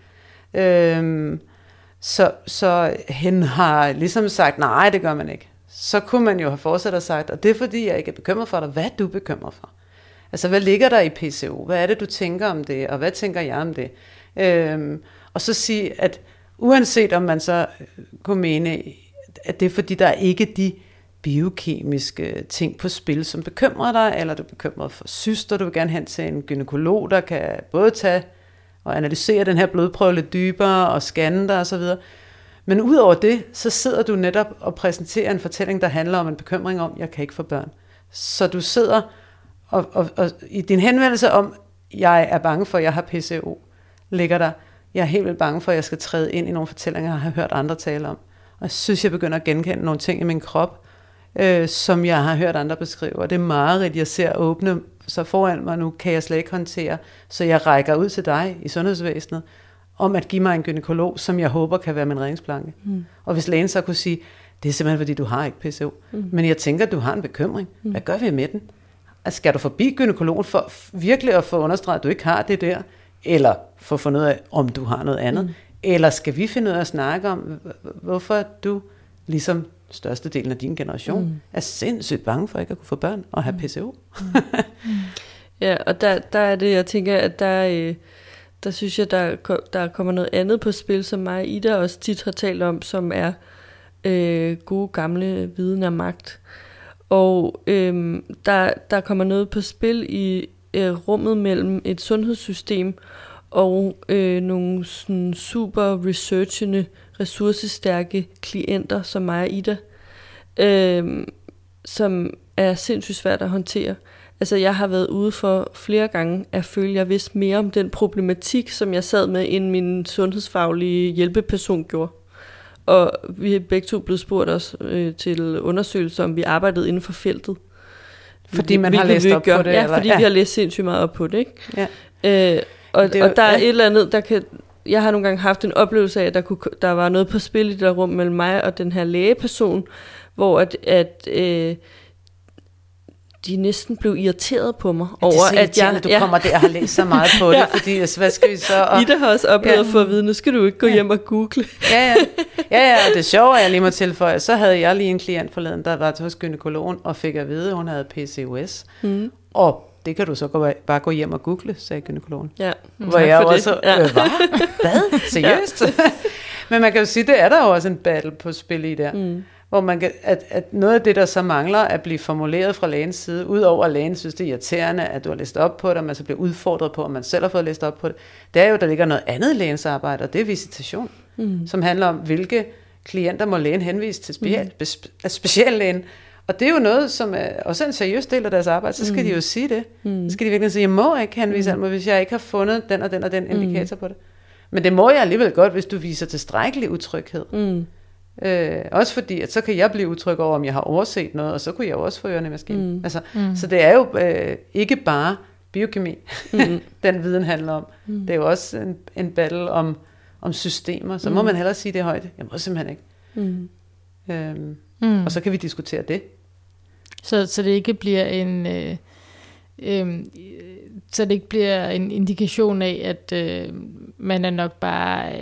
Så hen har ligesom sagt, nej, det gør man ikke. Så kunne man jo have fortsat og sagt, og det er fordi, jeg ikke er bekymret for dig. Hvad er du bekymret for? Altså, hvad ligger der i PCO? Hvad er det, du tænker om det? Og hvad tænker jeg om det? Og så sige, at uanset om man så kunne mene, at det er fordi, der er ikke de biokemiske ting på spil, som bekymrer dig, eller du er bekymret for cyster, du vil gerne hen til en gynekolog, der kan både tage og analysere den her blodprøve lidt dybere, og scanne dig osv. Men ud over det, så sidder du netop og præsenterer en fortælling, der handler om en bekymring om, jeg kan ikke få børn. Så du sidder og i din henvendelse om, jeg er bange for, at jeg har PCO, ligger der, jeg er helt vildt bange for, at jeg skal træde ind i nogle fortællinger, jeg har hørt andre tale om. Og jeg synes, jeg begynder at genkende nogle ting i min krop, som jeg har hørt andre beskrive. Og det er meget, jeg ser åbne så foran mig, nu kan jeg slet ikke håndtere, så jeg rækker ud til dig i sundhedsvæsenet, om at give mig en gynekolog, som jeg håber kan være min redningsplanke. Og hvis lægen så kunne sige, det er simpelthen fordi, du har ikke PCO, men jeg tænker, at du har en bekymring. Hvad gør vi med den? Altså, skal du forbi gynekologen for virkelig at få understreget, at du ikke har det der, eller få fundet ud af, om du har noget andet, eller skal vi finde ud af at snakke om, hvorfor du, ligesom størstedelen af din generation, er sindssygt bange for ikke at kunne få børn og have PCO. Ja, og der er det, jeg tænker, at der synes jeg, der kommer noget andet på spil, som mig og Ida også tit har talt om, som er gode gamle viden af magt. Og der kommer noget på spil i rummet mellem et sundhedssystem og nogle sådan super researchende, ressourcestærke klienter som mig og Ida, som er sindssygt svært at håndtere. Altså jeg har været ude for flere gange at føle, at jeg vidste mere om den problematik, som jeg sad med, end min sundhedsfaglige hjælpeperson gjorde. Og vi er begge to blevet spurgt os til undersøgelser, om vi arbejdede inden for feltet. Fordi man har læst op på det? Ja, fordi vi har læst sindssygt meget op på det. Ikke? Ja. Og der er et eller andet, der kan... Jeg har nogle gange haft en oplevelse af, at der var noget på spil i det der rum mellem mig og den her lægeperson, hvor at de næsten blev irriteret på mig over, at du kommer der og har læst så meget på det, fordi hvad skal vi så... Ida har også oplevet at få at vide, nu skal du ikke gå hjem og google. Ja, og det sjove, jeg lige må tilføje, så havde jeg lige en klient forleden, der var hos gynekologen, og fik at vide, at hun havde PCOS. Og det kan du så bare gå hjem og google, sagde gynekologen. Ja, hvor jeg også, hvad? Seriøst? Men man kan jo sige, det er der jo også en battle på spil i der. Hvor man kan, at noget af det, der så mangler at blive formuleret fra lægens side, udover at lægen synes, det er irriterende, at du har læst op på det, og man så bliver udfordret på, at man selv har fået læst op på det, det er jo, der ligger noget andet i lægens arbejde, og det er visitation, som handler om, hvilke klienter må lægen henvise til speciallægen. Og det er jo noget, som er også en seriøs del af deres arbejde, så skal de jo sige det. Så skal de virkelig sige, jeg må ikke henvise alt, hvis jeg ikke har fundet den og den og den indikator på det. Men det må jeg alligevel godt, hvis du viser tilstrækkelig utryghed. Også fordi, at så kan jeg blive utryg over, om jeg har overset noget, og så kunne jeg jo også få ørerne i maskinen. Så det er jo ikke bare biokemi, den viden handler om. Det er jo også en battle om systemer, så må man hellere sige det højt. Jeg må simpelthen ikke. Og så kan vi diskutere det. Så det ikke bliver så det ikke bliver en indikation af, at man er nok bare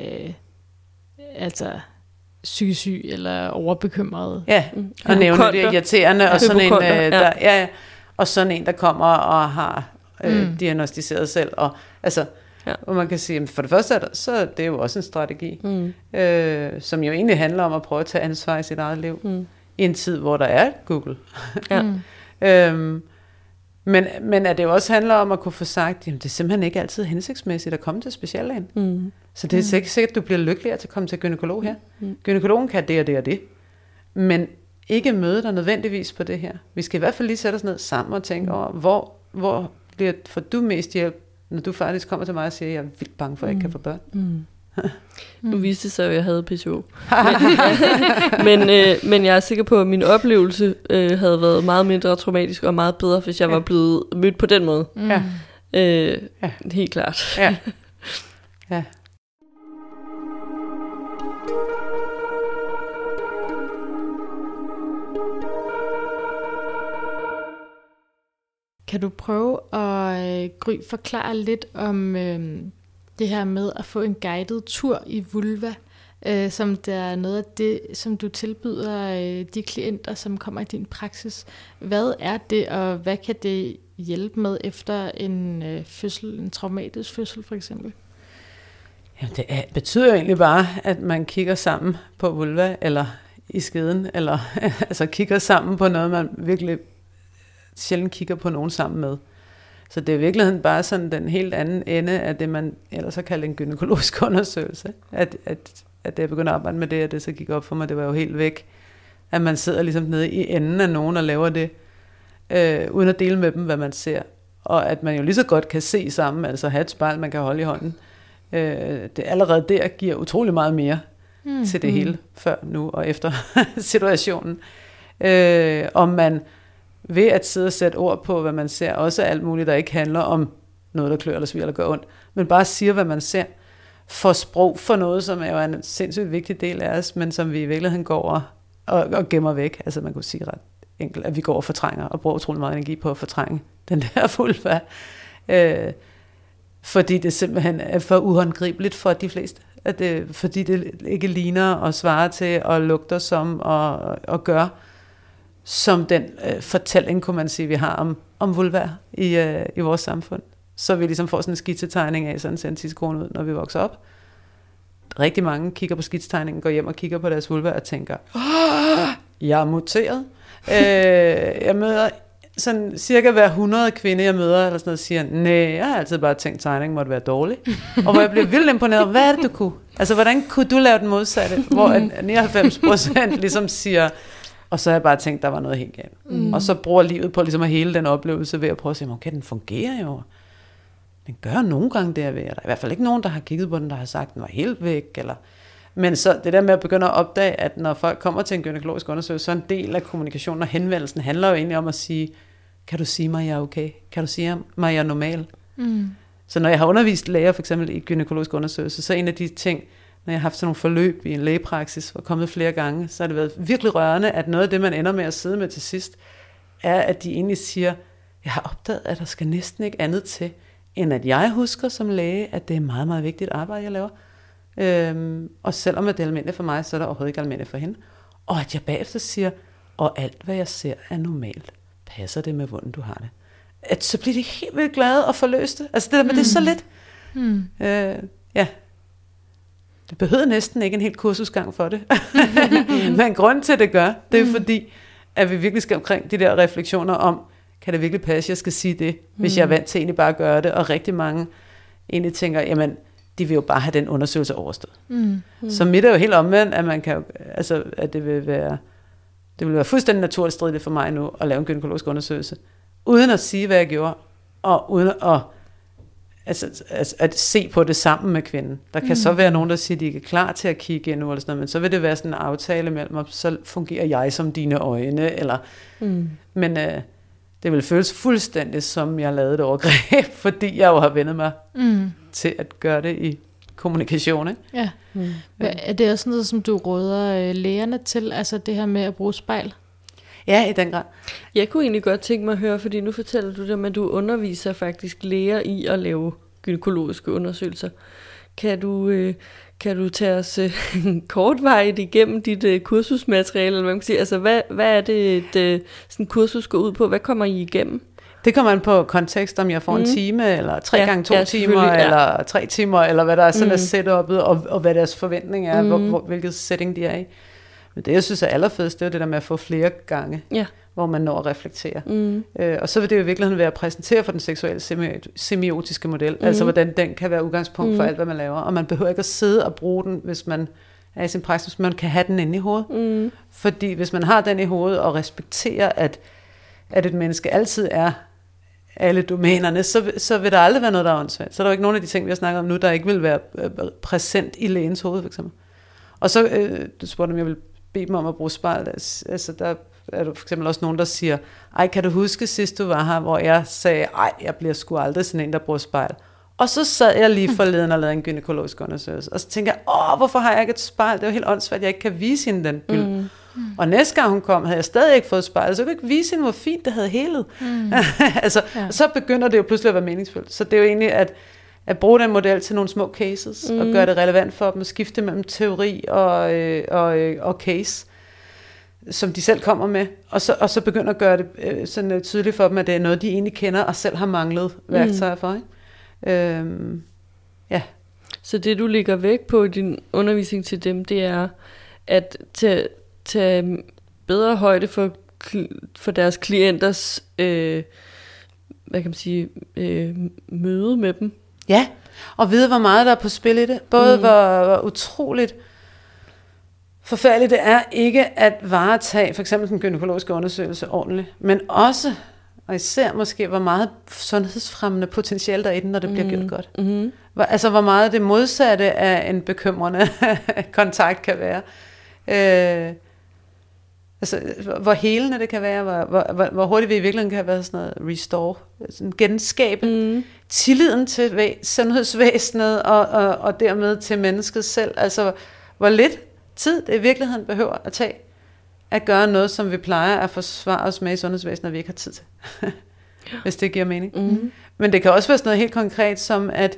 psykisk syg eller overbekymret. Ja, og nævne det irriterende, og sådan en, og sådan en, der kommer og har diagnostiseret selv. Og altså, og man kan sige, for det første så det er jo også en strategi, som jo egentlig handler om at prøve at tage ansvar i sit eget liv, i en tid, hvor der er Google. Men at det jo også handler om at kunne få sagt, jamen det er simpelthen ikke altid hensigtsmæssigt at komme til speciallægen. Så det er ikke sikkert, at du bliver lykkeligere til at komme til gynækolog her. Gynækologen kan det og det og det, men ikke møde dig nødvendigvis på det her. Vi skal i hvert fald lige sætte os ned sammen og tænke over, hvor får du mest hjælp, når du faktisk kommer til mig og siger, at jeg er vildt bange for, at jeg ikke kan få børn. Nu viste det sig, at jeg havde PCO. Men jeg er sikker på, at min oplevelse havde været meget mindre traumatisk og meget bedre, hvis jeg var blevet mødt på den måde. Helt klart. Ja. Kan du prøve at Gry forklare lidt om det her med at få en guided tur i vulva, som der er noget af det, som du tilbyder de klienter, som kommer i din praksis. Hvad er det, og hvad kan det hjælpe med efter en fødsel, en traumatisk fødsel for eksempel? Jamen, det betyder jo egentlig bare, at man kigger sammen på vulva, eller i skeden, eller altså kigger sammen på noget, man virkelig sjældent kigger på nogen sammen med. Så det er i virkeligheden bare sådan den helt anden ende af det, man ellers har kaldt en gynækologisk undersøgelse. At da jeg begyndte at arbejde med det, og det så gik op for mig, det var jo helt væk. At man sidder ligesom nede i enden af nogen og laver det, uden at dele med dem, hvad man ser. Og at man jo lige så godt kan se sammen, altså have et spejl, man kan holde i hånden. Det allerede der giver utrolig meget mere til det hele, før, nu og efter situationen. Om man ved at sidde og sætte ord på, hvad man ser, også alt muligt, der ikke handler om noget, der klør eller sviger eller gør ondt, men bare siger, hvad man ser, får sprog for noget, som er jo en sindssygt vigtig del af os, men som vi i virkeligheden går og gemmer væk. Altså man kunne sige ret enkelt, at vi går og fortrænger, og bruger utrolig meget energi på at fortrænge den der vulva, fordi det simpelthen er for uhåndgribeligt for de fleste. Fordi det ikke ligner og svarer til og lugter som og gør som den fortælling, kunne man sige, vi har om vulva i vores samfund. Så vi ligesom får sådan en skitsetegning af, sådan ser en tidskone ud, når vi vokser op. Rigtig mange kigger på skitsetegningen, går hjem og kigger på deres vulva og tænker, jeg er muteret. Jeg møder sådan cirka hver 100 kvinde, jeg møder, eller sådan noget, siger, nej, jeg har altid bare tænkt, tegningen måtte være dårlig. Og hvor jeg bliver vildt imponeret, hvad er det, du kunne? Altså, hvordan kunne du lave den modsatte? Hvor 99% ligesom siger, og så har jeg bare tænkt, der var noget helt galt. Og så bruger livet på ligesom at hele den oplevelse ved at prøve at sige, okay, den fungerer jo. Den gør nogle gange det, jeg ved. Der er i hvert fald ikke nogen, der har kigget på den, der har sagt, den var helt væk. Men så det der med at begynde at opdage, at når folk kommer til en gynækologisk undersøgelse, så en del af kommunikationen og henvendelsen handler jo egentlig om at sige, kan du sige mig, jeg er okay? Kan du sige mig, jeg er normal? Så når jeg har undervist læger, for eksempel i gynækologisk undersøgelse, så en af de ting, når jeg har haft sådan nogle forløb i en lægepraksis og kommet flere gange, så har det været virkelig rørende, at noget af det, man ender med at sidde med til sidst, er, at de egentlig siger, jeg har opdaget, at der skal næsten ikke andet til, end at jeg husker som læge, at det er meget, meget vigtigt arbejde, jeg laver. Og selvom det er almindeligt for mig, så er det overhovedet ikke almindeligt for hende. Og at jeg bagefter siger, og alt hvad jeg ser er normalt, passer det med, hvordan du har det. At så bliver de helt vildt glade og forløste. Altså det der med, det er så lidt. Ja. Det behøver næsten ikke en helt kursusgang for det. Men grund til det gør, det er fordi, at vi virkelig skal omkring de der refleksioner om, kan det virkelig passe, jeg skal sige det, hvis jeg er vant til egentlig bare at gøre det, og rigtig mange egentlig tænker, jamen, de vil jo bare have den undersøgelse overstået. Så mit er jo helt omvendt, at man kan, altså, at det vil være fuldstændig naturligt stridigt for mig nu, at lave en gynækologisk undersøgelse, uden at sige, hvad jeg gjorde, og uden at se på det sammen med kvinden. Der kan så være nogen, der siger, at de ikke er klar til at kigge ind, eller sådan noget, men så vil det være sådan en aftale mellem, og så fungerer jeg som dine øjne, eller, men det vil føles fuldstændig, som jeg lavede et overgreb, fordi jeg jo har vendt mig til at gøre det i kommunikation, ikke? Ja. Er det også noget, som du råder lægerne til, altså det her med at bruge spejl? Ja, i den grad. Jeg kunne egentlig godt tænke mig at høre, fordi nu fortæller du det, at du underviser faktisk læger i at lave gynækologiske undersøgelser. Kan du tage os kortvarigt igennem dit kursusmateriale, eller hvad man kan sige? Altså, hvad er det, sådan kursus går ud på? Hvad kommer I igennem? Det kommer an på kontekst, om jeg får en time, eller 3 gange 2 timer, eller 3 timer, eller hvad der er sådan setupet, og hvad deres forventning er, hvilket setting de er i. Men det, jeg synes er allerfedest, det er det der med at få flere gange, hvor man når at reflektere. Og så vil det jo i virkeligheden være at præsentere for den seksuelle semiotiske model, altså hvordan den kan være udgangspunkt for alt, hvad man laver. Og man behøver ikke at sidde og bruge den, hvis man er i sin praksis, man kan have den inde i hovedet. Fordi hvis man har den i hovedet og respekterer, at et menneske altid er alle domænerne, så vil der aldrig være noget, der er åndssvagt. Så er der jo ikke nogen af de ting, vi har snakket om nu, der ikke vil være præsent i lægens hoved, for eksempel. Og så, du spurgte, om jeg vil bede dem om at bruge spejl. Altså, der er der for eksempel også nogen, der siger, ej, kan du huske sidst du var her, hvor jeg sagde, ej, jeg bliver sgu aldrig sådan en, der bruger spejl. Og så sad jeg lige forleden og lavede en gynækologisk undersøgelse, og så tænker jeg, hvorfor har jeg ikke et spejl? Det er jo helt åndssvagt, jeg ikke kan vise hende den byld. Og næste gang hun kom, havde jeg stadig ikke fået spejl, så jeg kunne ikke vise hende, hvor fint det havde helet. Altså, og så begynder det jo pludselig at være meningsfuldt. Så det er jo egentlig at bruge den model til nogle små cases, og gøre det relevant for dem, at skifte mellem teori og case, som de selv kommer med, og så begynder at gøre det sådan tydeligt for dem, at det er noget, de egentlig kender, og selv har manglet værktøjer for, ikke? Ja. Så det, du lægger vægt på i din undervisning til dem, det er at tage bedre højde for deres klienters hvad kan man sige, møde med dem. Ja, og vide, hvor meget der er på spil i det. Både hvor utroligt forfærdeligt det er ikke at varetage for eksempel den gynækologiske undersøgelse ordentligt, men også, og især måske, hvor meget sundhedsfremmende potentiale der er i den, når det bliver gjort godt. Altså, hvor meget det modsatte af en bekymrende kontakt kan være. Altså, hvor helende det kan være, hvor hurtigt vi i virkeligheden kan være sådan noget restore, sådan genskabe tilliden til sundhedsvæsenet og dermed til mennesket selv. Altså, hvor lidt tid det i virkeligheden behøver at tage at gøre noget, som vi plejer at forsvare os med i sundhedsvæsenet, og vi ikke har tid til. Hvis det giver mening. Men det kan også være sådan noget helt konkret, som at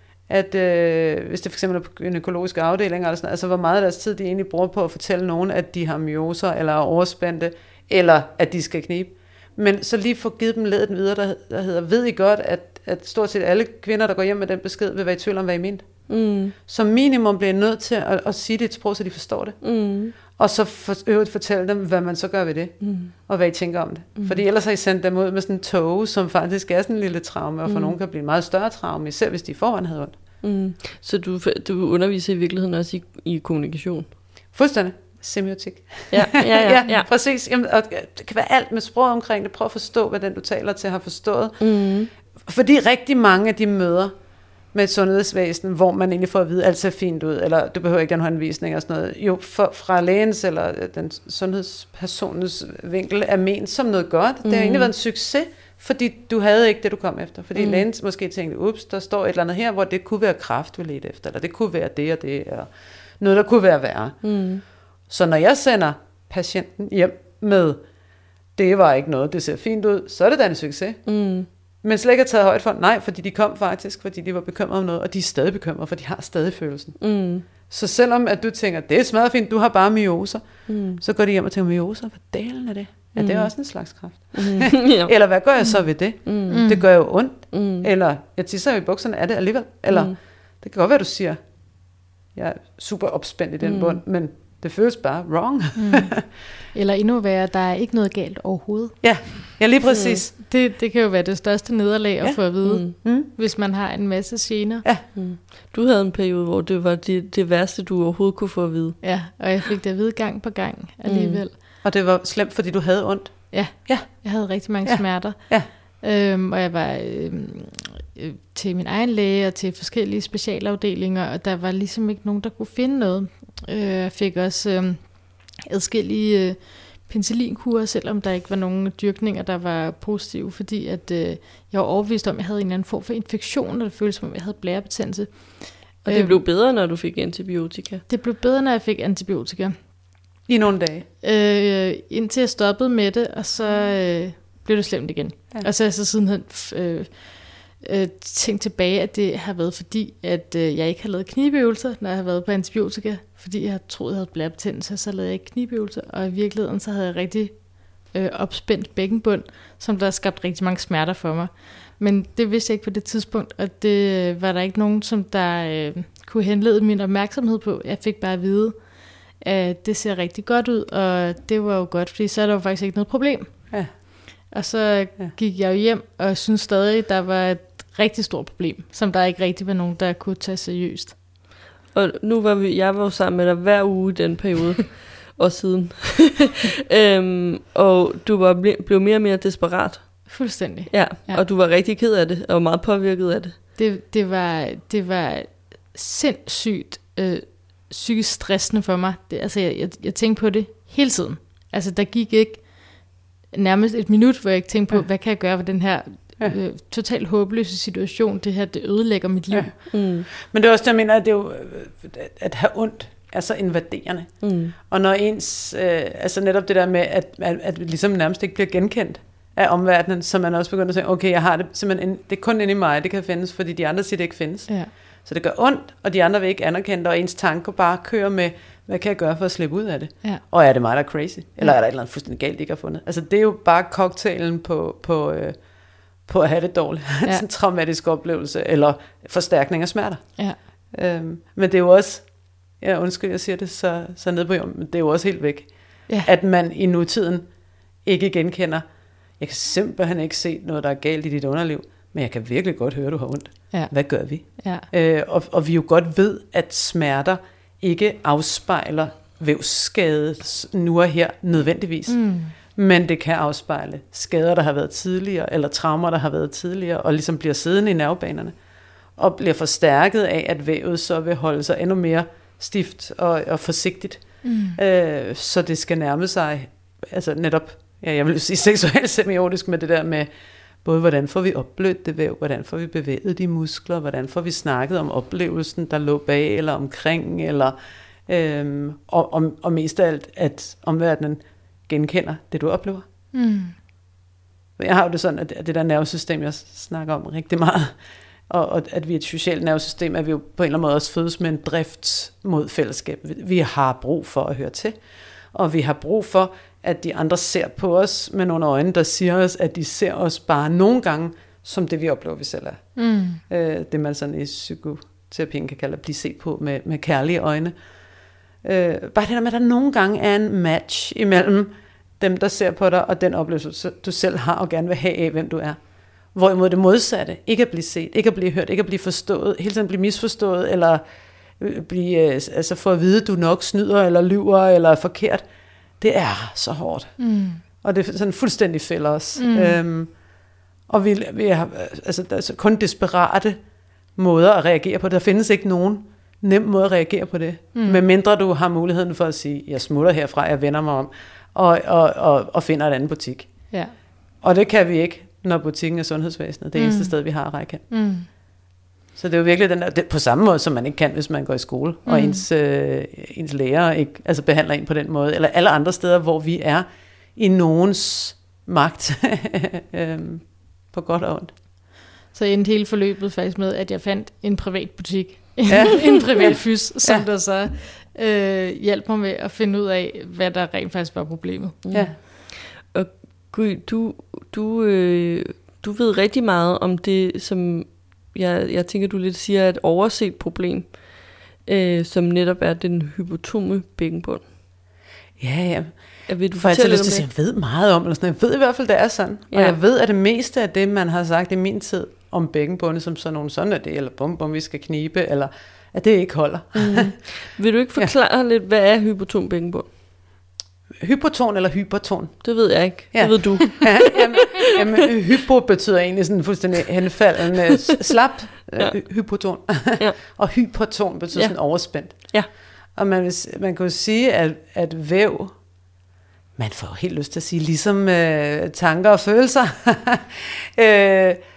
hvis det for eksempel er på gynækologiske afdelinger, eller sådan, altså hvor meget af deres tid de egentlig bruger på at fortælle nogen, at de har myoser, eller er overspændte, eller at de skal knibe. Men så lige få givet dem ledet videre, der hedder, ved I godt, at stort set alle kvinder, der går hjem med den besked, vil være i tvivl om, hvad I mente. Som minimum bliver nødt til at sige det i et sprog, så de forstår det. Og så fortælle dem, hvad man så gør ved det, og hvad I tænker om det. Fordi ellers har I sendt dem ud med sådan en tåge, som faktisk er sådan en lille traume, og for nogen kan blive en meget større traume, især hvis de i forvejen havde ondt. Så du underviser i virkeligheden også i kommunikation? Fuldstændig. Semiotik. Ja. Præcis. Jamen, og det kan være alt med sprog omkring det. Prøv at forstå, hvad den du taler til har forstået. Fordi rigtig mange af de møder med et sundhedsvæsen, hvor man egentlig får at vide, at alt ser fint ud, eller du behøver ikke den henvisning og sådan noget, jo fra lægens eller den sundhedspersonens vinkel er ment som noget godt. Det har egentlig været en succes, fordi du havde ikke det, du kom efter. Fordi lægen måske tænkte, ups, der står et eller andet her, hvor det kunne være kræft, vi ledte efter, eller det kunne være det og det, eller noget, der kunne være værre. Så når jeg sender patienten hjem med, det var ikke noget, det ser fint ud, så er det da en succes. Men slet ikke har taget højt for, nej, fordi de kom faktisk, fordi de var bekymrede om noget, og de er stadig bekymrede, for de har stadig følelsen. Så selvom at du tænker, det er smadret fint, du har bare myoser, så går de hjem og tænker, myoser, hvad delen er det? Ja, det er også en slags kræft. Eller hvad gør jeg så ved det? Det gør jo ondt. Eller jeg tisser i bukserne, er det alligevel? Eller det kan godt være, du siger, jeg er super opspændt i den bund, men det føles bare wrong. Eller endnu værre, der er ikke noget galt overhovedet. Ja lige præcis. Det kan jo være det største nederlag at få at vide, hvis man har en masse gener. Ja. Du havde en periode, hvor det var det værste, du overhovedet kunne få at vide. Ja, og jeg fik det at vide gang på gang alligevel. Og det var slemt, fordi du havde ondt. Ja. Jeg havde rigtig mange smerter. Ja. Og jeg var til min egen læge og til forskellige specialafdelinger, og der var ligesom ikke nogen, der kunne finde noget. Jeg fik også adskillige penicillinkurer, selvom der ikke var nogen dyrkninger, der var positive, fordi at jeg var overbevist om, at jeg havde en eller anden form for infektion, og det føltes som om, jeg havde blærebetændelse. Og det blev bedre, når du fik antibiotika? Det blev bedre, når jeg fik antibiotika. I nogle dage? Indtil jeg stoppede med det, og så blev det slemt igen. Ja. Og så har jeg så sidenhen tænkt tilbage, at det har været fordi, at jeg ikke har lavet knibeøvelser, når jeg har været på antibiotika. Fordi jeg troede, jeg havde blærebetændelse, så lavede jeg ikke knibeøvelser. Og i virkeligheden, så havde jeg rigtig opspændt bækkenbund, som der har skabt rigtig mange smerter for mig. Men det vidste jeg ikke på det tidspunkt, og det var der ikke nogen, som der kunne henlede min opmærksomhed på. Jeg fik bare at vide, at det ser rigtig godt ud, og det var jo godt, fordi så er der jo faktisk ikke noget problem. Ja. Og så gik jeg jo hjem, og synes stadig, der var et rigtig stort problem, som der ikke rigtig var nogen, der kunne tage seriøst. Og nu var jeg var jo sammen med dig hver uge i den periode, og siden. Og du blev mere og mere desperat. Fuldstændig. Ja, og du var rigtig ked af det, og meget påvirket af det. Det var sindssygt psykisk stressende for mig. Jeg tænkte på det hele tiden. Altså, der gik ikke nærmest et minut, hvor jeg ikke tænkte på, hvad kan jeg gøre ved den her totalt håbløse situation. Det her, det ødelægger mit liv. Ja. Mm. Men det er også det, jeg mener, at det er jo, at have ondt er så invaderende. Mm. Og når ens, altså netop det der med, at vi ligesom nærmest ikke bliver genkendt af omverdenen, så man også begynder at sige, okay, jeg har det simpelthen, det er kun inde i mig, det kan findes, fordi de andre siger, det ikke findes. Ja. Så det gør ondt, og de andre vil ikke anerkende det, og ens tanker bare kører med, hvad kan jeg gøre for at slippe ud af det? Ja. Og er det mig, der er crazy? Eller er der et eller andet fuldstændig galt, de ikke har fundet? Altså det er jo bare cocktailen på at have det dårligt. Ja. Sådan en traumatisk oplevelse, eller forstærkning af smerter. Ja. Men det er jo også, undskyld, jeg siger det så ned på jorden, men det er jo også helt væk. Ja. At man i nutiden ikke genkender, jeg kan simpelthen ikke se noget, der er galt i dit underliv, men jeg kan virkelig godt høre, du har ondt. Ja. Hvad gør vi? Ja. Og vi jo godt ved, at smerter ikke afspejler vævsskade nu og her nødvendigvis. Mm. Men det kan afspejle skader, der har været tidligere, eller traumer, der har været tidligere, og ligesom bliver siddende i nervebanerne, og bliver forstærket af, at vævet så vil holde sig endnu mere stift og forsigtigt. Mm. Så det skal nærme sig, altså netop, jeg vil sige seksuelt semiotisk med det der med, både hvordan får vi opblødt det væv, hvordan får vi bevæget de muskler, hvordan får vi snakket om oplevelsen, der lå bag eller omkring, eller og mest af alt, at omverdenen genkender det, du oplever. Mm. Jeg har jo det sådan, at det der nervesystem, jeg snakker om rigtig meget, og at vi er et socialt nervesystem, at vi jo på en eller anden måde også fødes med en drift mod fællesskab. Vi har brug for at høre til, og vi har brug for, at de andre ser på os med nogle øjne, der siger os, at de ser os bare nogle gange, som det vi oplever, vi selv er. Mm. Det man sådan i psykoterapien kan kalde at blive set på med kærlige øjne. Bare det der med, at der nogle gange er en match imellem dem, der ser på dig, og den oplevelse, du selv har og gerne vil have af, hvem du er. Hvorimod det modsatte, ikke at blive set, ikke at blive hørt, ikke at blive forstået, hele tiden blive misforstået, eller altså få at vide, at du nok snyder, eller lyver, eller er forkert. Det er så hårdt. Mm. Og det er sådan fuldstændig fælder os. Mm. Og vi har, altså, der er kun desperate måder at reagere på. Der findes ikke nogen nem måde at reagere på det. Mm. Medmindre du har muligheden for at sige, jeg smutter herfra, jeg vender mig om, og finder et andet butik. Ja. Og det kan vi ikke, når butikken er sundhedsvæsenet. Det er eneste sted, vi har at række hen. Mm. Så det er jo virkelig den der, det, på samme måde, som man ikke kan, hvis man går i skole, og ens lærer ikke, altså behandler en på den måde, eller alle andre steder, hvor vi er i nogens magt, på godt og ondt. Så endte hele forløbet faktisk med, at jeg fandt en privat butik, en privat fys, som der så hjalp mig med at finde ud af, hvad der rent faktisk var problemet. Mm. Ja. Og Gry, du ved rigtig meget om det, som jeg tænker, du lidt siger, et overset problem, som netop er den hypotome bækkenbund. Ja. Vil du fortælle lidt om det? Jeg ved meget om, eller sådan. Jeg ved i hvert fald, det er sådan. Ja. Og jeg ved, at det meste af det, man har sagt i min tid om bækkenbundet, som sådan nogle sådan er det, eller bum, vi skal knibe, eller at det ikke holder. Mm. Vil du ikke forklare lidt, hvad er hypotom bækkenbund? Hypoton eller hyperton? Det ved jeg ikke. Ja. Det ved du. Jamen, hypo betyder egentlig sådan fuldstændig henfaldende slap. Hypoton. Ja. Og hyperton betyder sådan overspændt. Ja. Og man kan jo sige, at væv, man får jo helt lyst til at sige, ligesom tanker og følelser,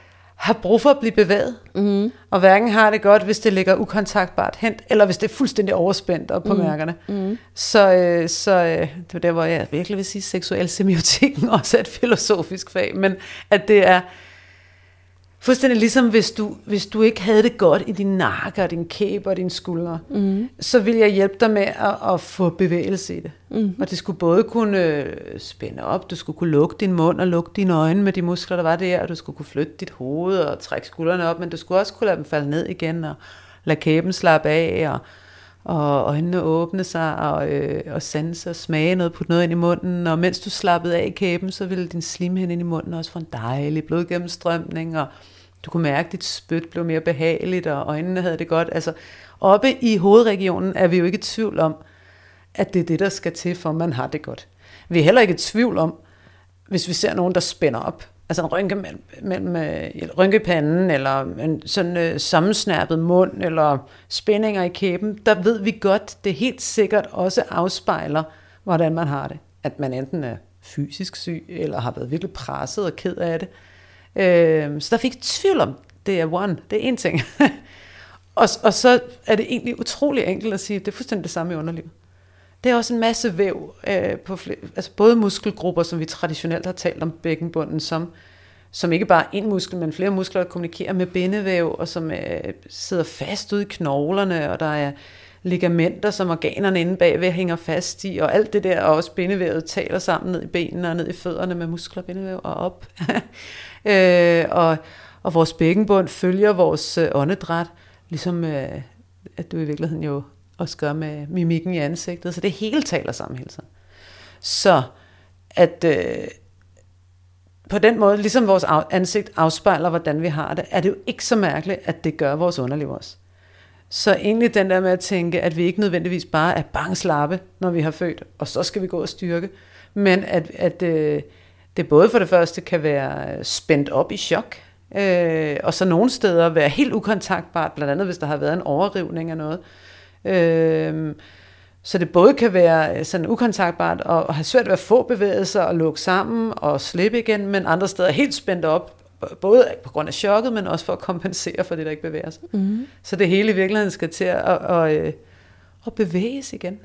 har brug for at blive bevæget, og hverken har det godt, hvis det ligger ukontaktbart hen, eller hvis det er fuldstændig overspændt op på mærkerne. Så det var der, hvor jeg virkelig vil sige, seksuel semiotikken også er et filosofisk fag, men at det er fuldstændig ligesom, hvis du ikke havde det godt i din nakke og din kæbe og dine skuldre, så ville jeg hjælpe dig med at få bevægelse i det. Og det skulle både kunne spænde op, du skulle kunne lukke din mund og lukke dine øjne med de muskler, der var der, og du skulle kunne flytte dit hoved og trække skuldrene op, men du skulle også kunne lade dem falde ned igen, og lade kæben slappe af, og øjnene åbne sig, og sanse og smage noget, putte noget ind i munden, og mens du slappede af i kæben, så ville din slimhinde ind i munden også få en dejlig blodgennemstrømning, og du kunne mærke, at dit spyt blev mere behageligt, og øjnene havde det godt. Altså, oppe i hovedregionen er vi jo ikke i tvivl om, at det er det, der skal til, for man har det godt. Vi er heller ikke i tvivl om, hvis vi ser nogen, der spænder op, altså en rynke i panden, eller en sådan sammensnærpet mund, eller spændinger i kæben, der ved vi godt, det helt sikkert også afspejler, hvordan man har det. At man enten er fysisk syg, eller har været virkelig presset og ked af det. Så der fik tvivl om, det er en ting. og så er det egentlig utrolig enkelt at sige, at det er fuldstændig det samme i underlivet. Det er også en masse væv, altså både muskelgrupper, som vi traditionelt har talt om bækkenbunden, som ikke bare er én muskel, men flere muskler, der kommunikerer med bindevæv, og som sidder fast ude i knoglerne, og der er ligamenter, som organerne inde bagved hænger fast i, og alt det der, og også bindevævet taler sammen ned i benene og ned i fødderne med muskler, bindevæv og op. Og vores bækkenbund følger vores åndedræt, ligesom at du i virkeligheden jo også gør med mimikken i ansigtet, så det hele taler sammen hele tiden. Så at på den måde, ligesom vores ansigt afspejler, hvordan vi har det, er det jo ikke så mærkeligt, at det gør vores underliv også. Så egentlig den der med at tænke, at vi ikke nødvendigvis bare er bangslappe, når vi har født, og så skal vi gå og styrke, men at det både for det første kan være spændt op i chok, og så nogle steder være helt ukontaktbart, blandt andet hvis der har været en overrivning af noget. Så det både kan være sådan ukontaktbart og have svært ved at få bevægelser og lukke sammen og slippe igen, men andre steder helt spændt op, både på grund af chokket, men også for at kompensere for det, der ikke bevæger sig. Så det hele i virkeligheden skal til at bevæges igen.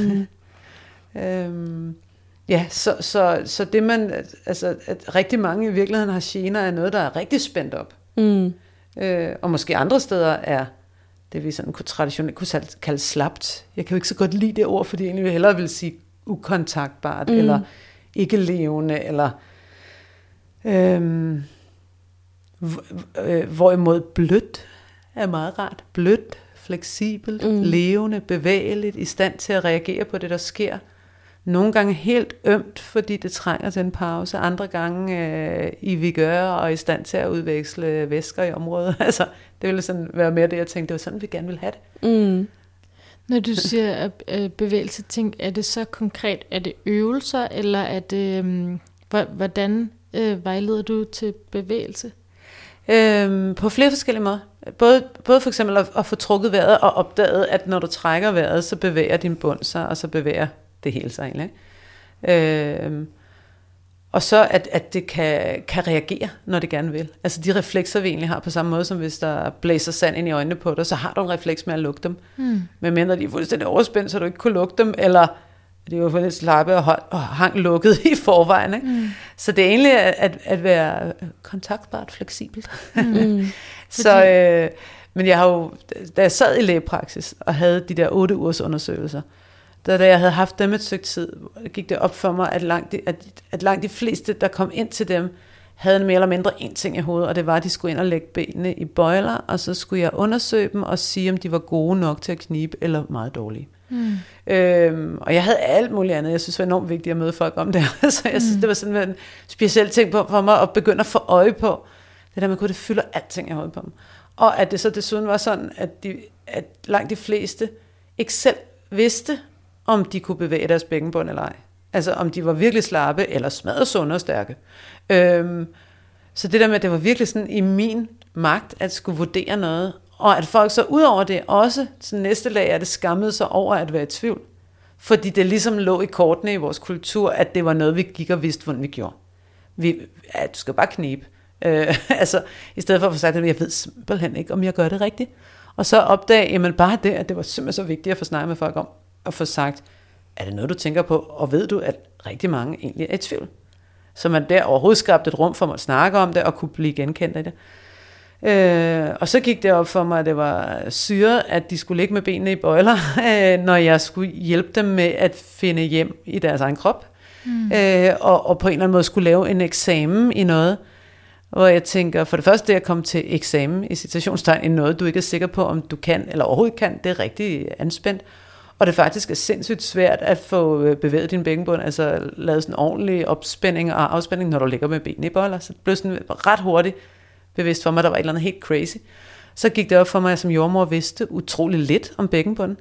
Ja, så det man, altså at rigtig mange i virkeligheden har gener er noget, der er rigtig spændt op. Og måske andre steder er det, vi sådan traditionelt kunne kalde slapt. Jeg kan jo ikke så godt lide det ord, fordi jeg egentlig hellere vil sige ukontaktbart, eller ikke levende, eller hvorimod blødt er meget rart. Blødt, fleksibelt, levende, bevægeligt, i stand til at reagere på det, der sker. Nogle gange helt ømt, fordi det trænger til en pause. Andre gange i vigør og i stand til at udveksle væsker i området. Altså, det ville sådan være mere det, jeg tænkte, det var sådan, vi gerne ville have det. Når du siger bevægelse, er det så konkret? Er det øvelser, eller er det, hvordan vejleder du til bevægelse? På flere forskellige måder. Både for eksempel at få trukket vejret og opdaget, at når du trækker vejret, så bevæger din bund sig, og så bevæger det hele sig egentlig. Og så at det kan reagere, når det gerne vil. Altså de reflekser, vi egentlig har på samme måde, som hvis der blæser sand ind i øjnene på dig, så har du en refleks med at lukke dem. Men mindre de er fuldstændig overspændt, så du ikke kunne lukke dem, eller det var fuldstændig slappe og hang lukket i forvejen. Ikke? Så det er egentlig at være kontaktbart fleksibelt. Men jeg har jo, da jeg sad i lægepraksis og havde de der 8 ugers undersøgelser, da jeg havde haft dem et stykke tid, gik det op for mig, at langt de fleste, der kom ind til dem, havde mere eller mindre én ting i hovedet, og det var, at de skulle ind og lægge benene i bøjler, og så skulle jeg undersøge dem og sige, om de var gode nok til at knibe, eller meget dårlige. Og jeg havde alt muligt andet. Jeg synes, det var enormt vigtigt at møde folk om det. Så jeg synes, det var sådan en speciel ting for mig, at begynde at få øje på det der med, at det fylder alting i hovedet på dem. Og at det så desuden var sådan, at langt de fleste ikke selv vidste, om de kunne bevæge deres bækkenbund eller ej. Altså om de var virkelig slappe, eller smadret sunde og stærke. Så det der med, at det var virkelig sådan i min magt, at skulle vurdere noget, og at folk så ud over det også, så næste lag er det skammede sig over at være i tvivl. Fordi det ligesom lå i kortene i vores kultur, at det var noget, vi gik og vidste, hvordan vi gjorde. Du skal bare knibe. Altså, i stedet for at få sagt, at jeg ved simpelthen ikke, om jeg gør det rigtigt. Og så opdage, jamen bare det, at det var simpelthen så vigtigt at få snakket med folk om, og få sagt, er det noget, du tænker på, og ved du, at rigtig mange egentlig er i tvivl. Så man der overhovedet skabte et rum for mig at snakke om det, og kunne blive genkendt af det. Og så gik det op for mig, at det var syret, at de skulle ligge med benene i bøjler, når jeg skulle hjælpe dem med at finde hjem i deres egen krop. Og på en eller anden måde skulle lave en eksamen i noget, hvor jeg tænker, for det første det at komme til eksamen i citationstegn i noget, du ikke er sikker på, om du kan eller overhovedet kan, det er rigtig anspændt. Og det faktisk er sindssygt svært at få bevæget din bækkenbund, altså lavet sådan en ordentlig opspænding og afspænding, når du ligger med benene i bøjler. Så det blev sådan ret hurtigt bevidst for mig, der var et eller andet helt crazy. Så gik det op for mig, at jeg som jordmor vidste utrolig lidt om bækkenbunden.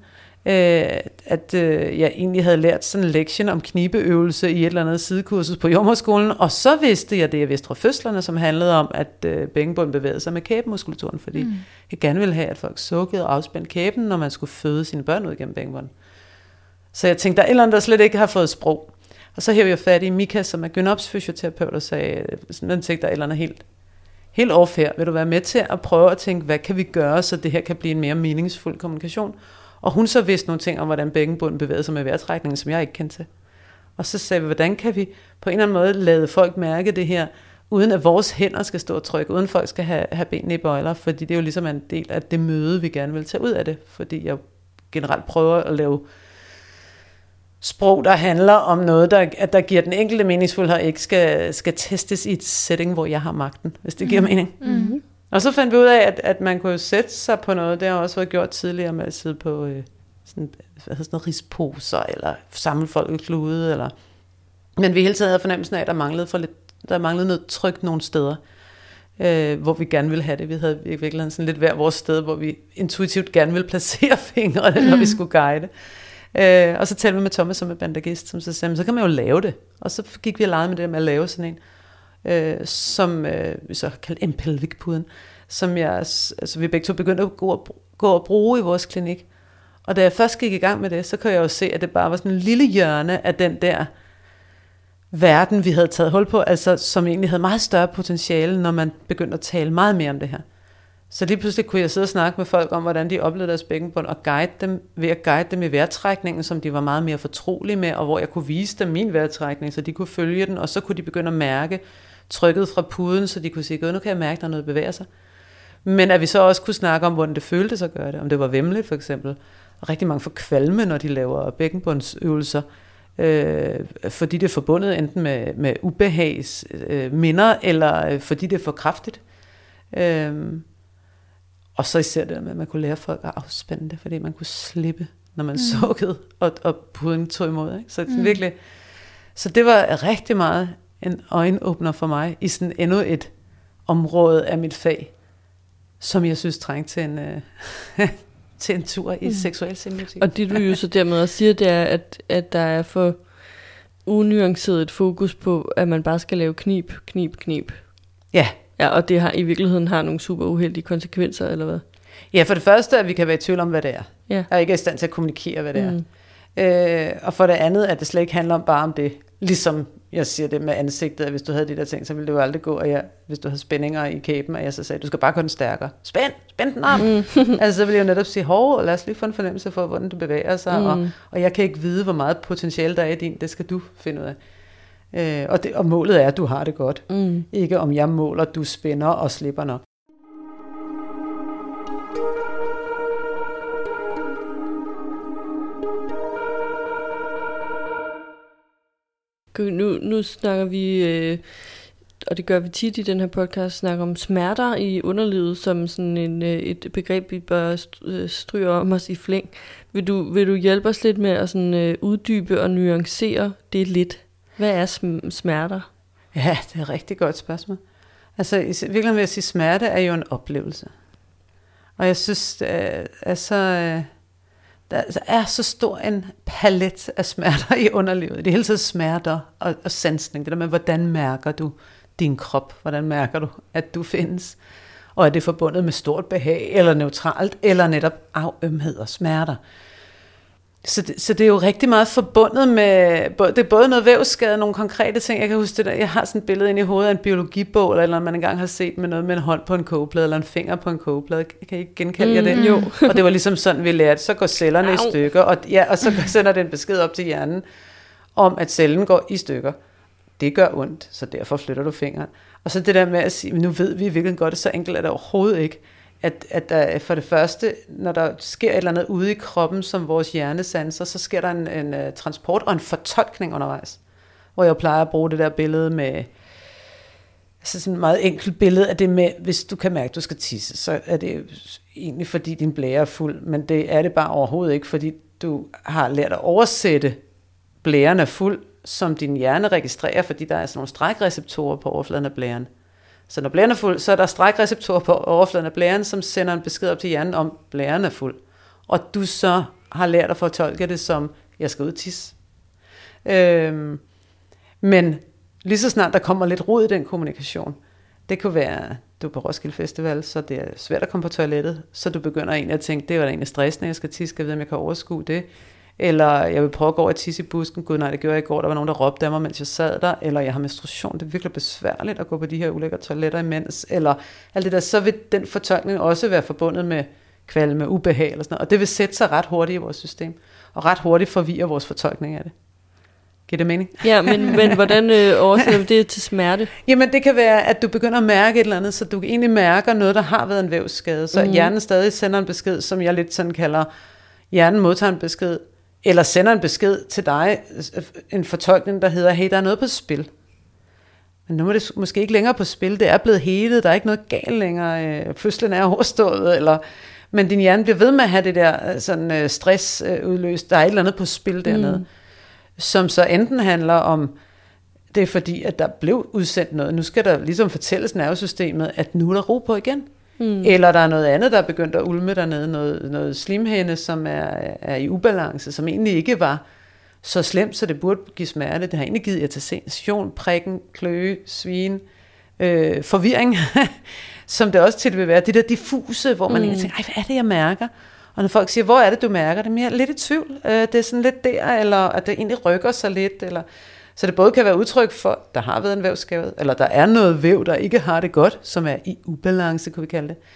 At jeg egentlig havde lært sådan en lektion om knibeøvelse i et eller andet sidekursus på jordmorskolen, og så vidste jeg det, jeg vidste fra fødslerne, som handlede om, at bækkenbunden bevægede sig med kæbemuskulaturen, fordi jeg gerne ville have, at folk sukkede og afspændte kæben, når man skulle føde sine børn ud gennem bækkenbunden. Så jeg tænkte, der er et eller andet, der slet ikke har fået sprog. Og så hævde jeg fat i Mika, som er gynopsfysioterapeut, og sagde, sådan tænkte, der er et eller andet helt off her. Vil du være med til at prøve at tænke, hvad kan vi gøre, så det her kan blive en mere meningsfuld kommunikation? Og hun så vidste nogle ting om, hvordan bækkenbunden bevægede sig med vejrtrækningen, som jeg ikke kendte til. Og så sagde vi, hvordan kan vi på en eller anden måde lade folk mærke det her, uden at vores hænder skal stå og trykke, uden folk skal have benene i bøjler, fordi det er jo ligesom en del af det møde, vi gerne vil tage ud af det. Fordi jeg generelt prøver at lave sprog, der handler om noget, der giver den enkelte meningsfuldhed, ikke skal testes i et setting, hvor jeg har magten, hvis det giver mening. Mm-hmm. Og så fandt vi ud af, at man kunne sætte sig på noget, det har også været gjort tidligere med at sidde på sådan noget risposer, eller samle folk i klude, eller... Men vi hele tiden havde fornemmelsen af, at der manglede noget tryk nogle steder, hvor vi gerne ville have det. Vi havde i virkeligheden sådan lidt hver vores sted, hvor vi intuitivt gerne ville placere fingrene, når vi skulle guide. Og så talte vi med Thomas som er bandagist, som så sagde, så kan man jo lave det. Og så gik vi og legede med det med at lave sådan en, som vi så kaldte empelvikpuden, som vi begge to begyndte at gå og bruge i vores klinik. Og da jeg først gik i gang med det, så kunne jeg jo se, at det bare var sådan en lille hjørne af den der verden, vi havde taget hul på, altså som egentlig havde meget større potentiale, når man begyndte at tale meget mere om det her. Så lige pludselig kunne jeg sidde og snakke med folk om, hvordan de oplevede deres bækkenbund, og ved at guide dem i vejrtrækningen, som de var meget mere fortrolige med, og hvor jeg kunne vise dem min vejrtrækning, så de kunne følge den, og så kunne de begynde at mærke trykket fra puden, så de kunne sige, nu kan jeg mærke, at der noget bevæger sig. Men at vi så også kunne snakke om, hvordan det føltes at gøre det, om det var væmmeligt for eksempel. Og rigtig mange får kvalme, når de laver bækkenbundsøvelser, fordi det er forbundet enten med ubehags minder, eller fordi det er for kraftigt. Og så især det med, at man kunne lære folk at afspænde det, fordi man kunne slippe, når man sukkede, og puden tog imod. Ikke? Så virkelig, så det var rigtig meget en øjenåbner for mig, i sådan endnu et område af mit fag, som jeg synes trængte til en tur i seksuel semiotik. Og det du jo så dermed også siger, det er, at der er for unuanceret et fokus på, at man bare skal lave knib. Ja. Ja, og det har i virkeligheden har nogle super uheldige konsekvenser, eller hvad? Ja, for det første, at vi kan være i tvivl om, hvad det er. Ja. Og ikke er i stand til at kommunikere, hvad det er. Og for det andet, at det slet ikke handler bare om det. Ligesom jeg siger det med ansigtet, at hvis du havde de der ting, så ville det jo aldrig gå. Og hvis du havde spændinger i kæben, og jeg så sagde, du skal bare gøre den stærkere. Spænd den arm! Altså, så ville jeg jo netop sige, lad os lige få en fornemmelse for, hvordan det bevæger sig. Og jeg kan ikke vide, hvor meget potentiale der er i din. Det skal du finde ud af. Og målet er, at du har det godt. Ikke om jeg måler, du spænder og slipper nok. Nu snakker vi, og det gør vi tit i den her podcast, snakker om smerter i underlivet som sådan et begreb, vi bør stryge om os i flæng. Vil du hjælpe os lidt med at sådan, uddybe og nuancere det lidt? Hvad er smerter? Ja, det er et rigtig godt spørgsmål. Altså, virkelig vil jeg sige, smerte er jo en oplevelse. Og jeg synes, der er så stor en palet af smerter i underlivet. Det er hele tiden smerter og sansning. Det der med, hvordan mærker du din krop? Hvordan mærker du, at du findes? Og er det forbundet med stort behag, eller neutralt, eller netop ømhed og smerter? Så det er jo rigtig meget forbundet med, det er både noget vævsskade, nogle konkrete ting. Jeg kan huske det der, jeg har sådan et billede inde i hovedet af en biologibog, eller man engang har set med noget med en hånd på en kogeplade, eller en finger på en kogeplade. Kan I ikke genkalde jer det? Jo. Og det var ligesom sådan, vi lærte, så går cellerne i stykker, og så sender det en besked op til hjernen, om at cellen går i stykker. Det gør ondt, så derfor flytter du fingeren. Og så det der med at sige, nu ved vi virkelig godt, så enkelt er det overhovedet ikke, at der for det første, når der sker et eller andet ude i kroppen, som vores hjernesanser, så sker der en transport og en fortolkning undervejs. Hvor jeg plejer at bruge det der billede med, altså sådan et meget enkelt billede af det med, hvis du kan mærke, at du skal tisse, så er det egentlig fordi din blære er fuld, men det er det bare overhovedet ikke, fordi du har lært at oversætte blæren er fuld, som din hjerne registrerer, fordi der er sådan nogle strækreceptorer på overfladen af blæren. Så når blæren er fuld, så er der strækreceptorer på overfladen af blæren, som sender en besked op til hjernen om, blæren er fuld. Og du så har lært at fortolke det som, jeg skal ud og tisse. Men lige så snart der kommer lidt rod i den kommunikation, det kunne være, du er på Roskilde Festival, så det er svært at komme på toilettet, så du begynder egentlig at tænke, det var da egentlig stressende, jeg skal tisse, skal jeg vide, om jeg kan overskue det. Eller jeg vil prøve at gå over og tisse i busken. Gud nej, det gjorde jeg i går. Der var nogen, der råbte af mig, mens jeg sad der. Eller jeg har menstruation. Det er virkelig besværligt at gå på de her ulækre toiletter imens. Eller alt det der. Så vil den fortolkning også være forbundet med kvalme, ubehag eller sådan noget. Og det vil sætte sig ret hurtigt i vores system. Og ret hurtigt forvirre vores fortolkning af det. Giver det mening? Ja, men hvordan oversætter vi det til smerte? Jamen det kan være, at du begynder at mærke et eller andet, så du egentlig mærker noget, der har været en vævsskade. Så hjernen stadig sender en besked, som jeg lidt sådan kalder, hjernen modtager en besked, eller sender en besked til dig, en fortolkning, der hedder, hey, der er noget på spil. Men nu er det måske ikke længere på spil, det er blevet helet, der er ikke noget galt længere, fødslen er overstået, men din hjerne bliver ved med at have det der sådan, stress udløst, der er et eller andet på spil dernede, som så enten handler om, det er fordi, at der blev udsendt noget, nu skal der ligesom fortælles nervesystemet, at nu er der ro på igen. Eller der er noget andet, der er begyndt at ulme dernede, noget slimhinde, som er i ubalance, som egentlig ikke var så slemt, så det burde give smerte. Det har egentlig givet irritation, prikken, kløe, svin, forvirring, som det også til vil være. Det der diffuse, hvor man egentlig tænker, hvad er det, jeg mærker? Og når folk siger, hvor er det, du mærker det? Men jeg er lidt i tvivl. Det er sådan lidt der, eller at det egentlig rykker sig lidt, eller... Så det både kan være udtryk for, der har været en vævsskade, eller der er noget væv, der ikke har det godt, som er i ubalance, kunne vi kalde det.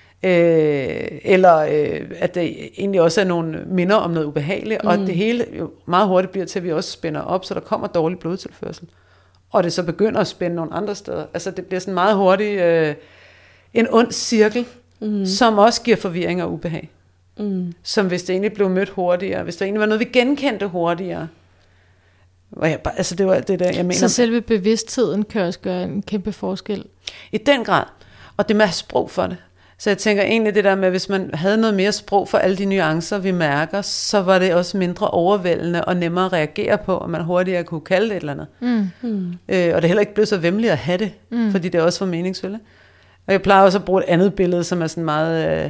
Eller at det egentlig også er nogle minder om noget ubehageligt, og det hele jo meget hurtigt bliver til, at vi også spænder op, så der kommer dårlig blodtilførsel. Og det så begynder at spænde nogle andre steder. Altså det bliver sådan meget hurtigt en ond cirkel, som også giver forvirring og ubehag. Som hvis det egentlig blev mødt hurtigere, hvis det egentlig var noget, vi genkendte hurtigere. Altså det var det der, jeg mener. Så selve bevidstheden kan også gøre en kæmpe forskel? I den grad. Og det med at have sprog for det. Så jeg tænker egentlig det der med, hvis man havde noget mere sprog for alle de nuancer, vi mærker, så var det også mindre overvældende og nemmere at reagere på, og man hurtigere kunne kalde det et eller andet. Og det heller ikke blev så vemmeligt at have det, fordi det også var meningsfuldt. Og jeg plejer også at bruge et andet billede, som er sådan meget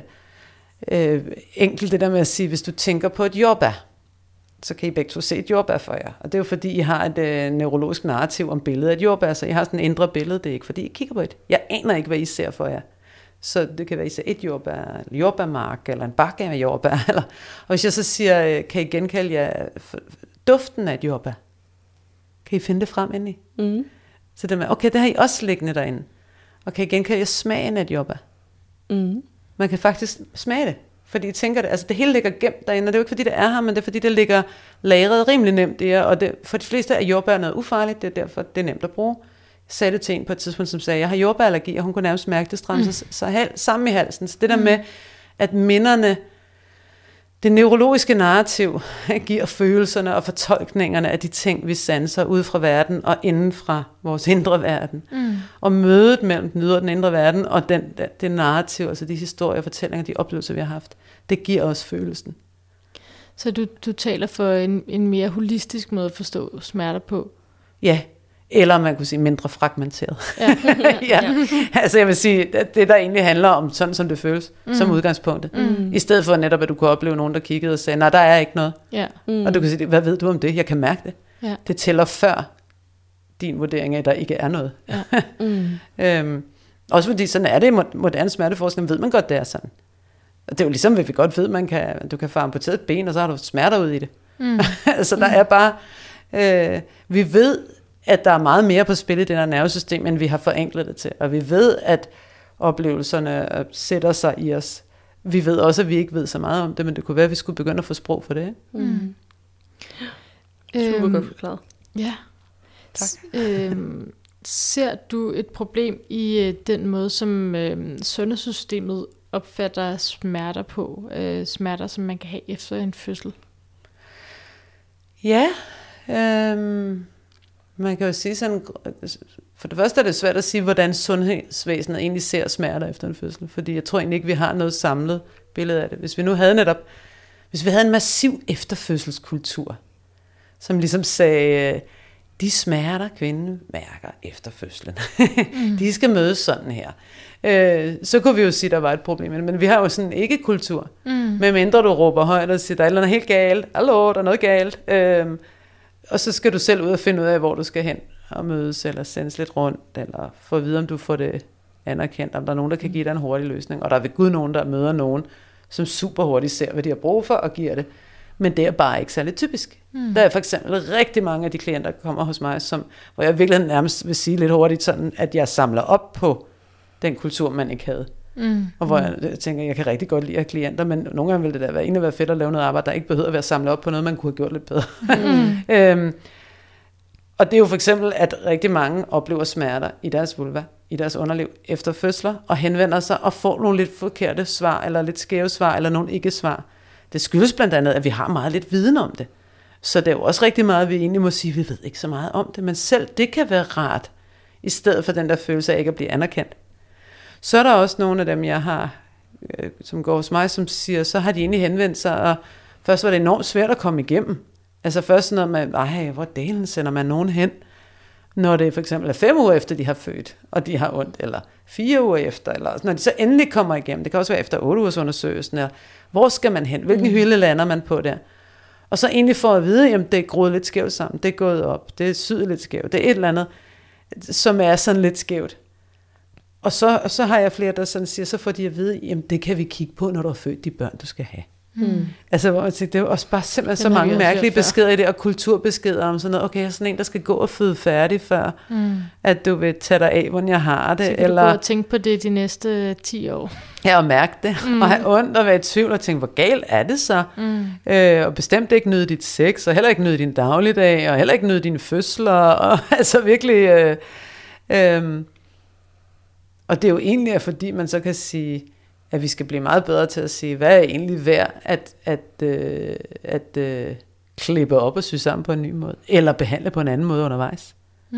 enkelt, det der med at sige, hvis du tænker på et jordbær, så kan I begge to se et jordbær for jer. Og det er jo fordi, I har et neurologisk narrativ om billedet af et jordbær, så I har sådan et indre billede. Det er ikke fordi, I kigger på et. Jeg aner ikke, hvad I ser for jer. Så det kan være, I ser et jordbær, en jordbærmark, eller en bakke af jordbær. Eller. Og hvis jeg så siger, kan I genkalde jer duften af et jordbær? Kan I finde det frem indeni? Så det med, okay, det har I også liggende derinde. Og kan I genkalde jer smagen af et jordbær? Man kan faktisk smage det. Fordi jeg tænker det, altså det hele ligger gemt derinde, og det er jo ikke fordi det er her, men det er fordi det ligger lagret rimelig nemt der, og det, for de fleste er jordbær noget ufarligt, det er derfor det er nemt at bruge. Jeg sagde det til en på et tidspunkt, som sagde, jeg har jordbærallergi, og hun kunne nærmest mærke det stramme sig sammen i halsen. Så det der med, at minderne, det neurologiske narrativ, giver følelserne og fortolkningerne af de ting, vi sanser ud fra verden og inden fra vores indre verden. Og mødet mellem den ydre og den indre verden og det narrativ, altså de historier, fortællinger, de oplevelser, vi har haft, det giver os følelsen. Så du taler for en mere holistisk måde at forstå smerter på? Ja, eller man kunne sige mindre fragmenteret. Ja. Altså jeg vil sige, det der egentlig handler om sådan, som det føles, som udgangspunktet. I stedet for netop, at du kunne opleve nogen, der kiggede og sagde, nej, der er ikke noget. Ja. Og du kan sige, hvad ved du om det? Jeg kan mærke det. Ja. Det tæller før din vurdering af, at der ikke er noget. Ja. Også fordi sådan er det i moderne smerteforskning, ved man godt, det er sådan. Det er jo ligesom, vi godt ved, du kan få amputeret et ben, og så har du smerter ud i det. Altså der er bare, vi ved, at der er meget mere på spil i det her nervesystem, end vi har forenklet det til. Og vi ved, at oplevelserne sætter sig i os. Vi ved også, at vi ikke ved så meget om det, men det kunne være, at vi skulle begynde at få sprog for det. Ikke? Super godt forklaret. Ja. Tak. Ser du et problem i den måde, som sundhedssystemet opfatter smerter på? Smerter, som man kan have efter en fødsel? Ja, man kan jo sige sådan, for det første er det svært at sige, hvordan sundhedsvæsenet egentlig ser smerter efter en fødsel, fordi jeg tror egentlig ikke, vi har noget samlet billede af det. Hvis vi nu havde en massiv efterfødselskultur, som ligesom sagde, de smerter, kvinden mærker efter fødslen, de skal mødes sådan her. Så kunne vi jo sige, at der var et problem. Men vi har jo sådan en ikke-kultur. Medmindre du råber højt og siger, der er noget helt galt. Hallo, der er noget galt. Og så skal du selv ud og finde ud af, hvor du skal hen og mødes, eller sendes lidt rundt, eller få at vide, om du får det anerkendt, om der er nogen, der kan give dig en hurtig løsning. Og der er ved Gud nogen, der møder nogen, som super hurtigt ser, hvad de har brug for, og giver det. Men det er bare ikke særlig typisk. Der er for eksempel rigtig mange af de klienter, der kommer hos mig, hvor jeg virkelig nærmest vil sige lidt hurtigt sådan, at jeg samler op på den kultur, man ikke havde. Og hvor jeg tænker, jeg kan rigtig godt lide at klienter, men nogle gange vil det da være fedt at lave noget arbejde, der ikke behøver at være samlet op på noget, man kunne have gjort lidt bedre. Og det er jo for eksempel, at rigtig mange oplever smerter i deres vulva, i deres underliv efter fødsler, og henvender sig og får nogle lidt forkerte svar, eller lidt skæve svar, eller nogle ikke-svar. Det skyldes blandt andet, at vi har meget lidt viden om det. Så det er jo også rigtig meget, vi egentlig må sige, at vi ved ikke så meget om det, men selv det kan være rart, i stedet for den der følelse af ikke at blive anerkendt. Så er der også nogle af dem, jeg har, som går hos mig, som siger, så har de egentlig henvendt sig, og først var det enormt svært at komme igennem. Altså først noget med, hvor delen sender man nogen hen, når det for eksempel er 5 uger efter, de har født, og de har ondt, eller 4 uger efter, eller når de så endelig kommer igennem. Det kan også være efter 8 ugers undersøgelsen, eller hvor skal man hen, hvilken hylde lander man på der. Og så egentlig for at vide, jamen det er groet lidt skævt sammen, det er gået op, det er syet lidt skævt, det er et eller andet, som er sådan lidt skævt. Og så har jeg flere, der sådan siger, så får de at vide, jamen det kan vi kigge på, når du har født de børn, du skal have. Altså hvor jeg tænker, det er jo også bare simpelthen så mange mærkelige beskeder i det, og kulturbeskeder om sådan noget, okay, jeg er sådan en, der skal gå og føde færdig, før at du vil tage dig af, hvordan jeg har det. Så kan du gå og tænke på det de næste 10 år. Ja, og mærke det, og have ondt og være i tvivl, og tænke, hvor galt er det så? Og bestemt ikke nyde dit sex, og heller ikke nyde din dagligdag, og heller ikke nyde dine fødsler, og altså virkelig... og det er jo egentlig, fordi man så kan sige, at vi skal blive meget bedre til at sige, hvad er egentlig værd at klippe op og sy sammen på en ny måde, eller behandle på en anden måde undervejs.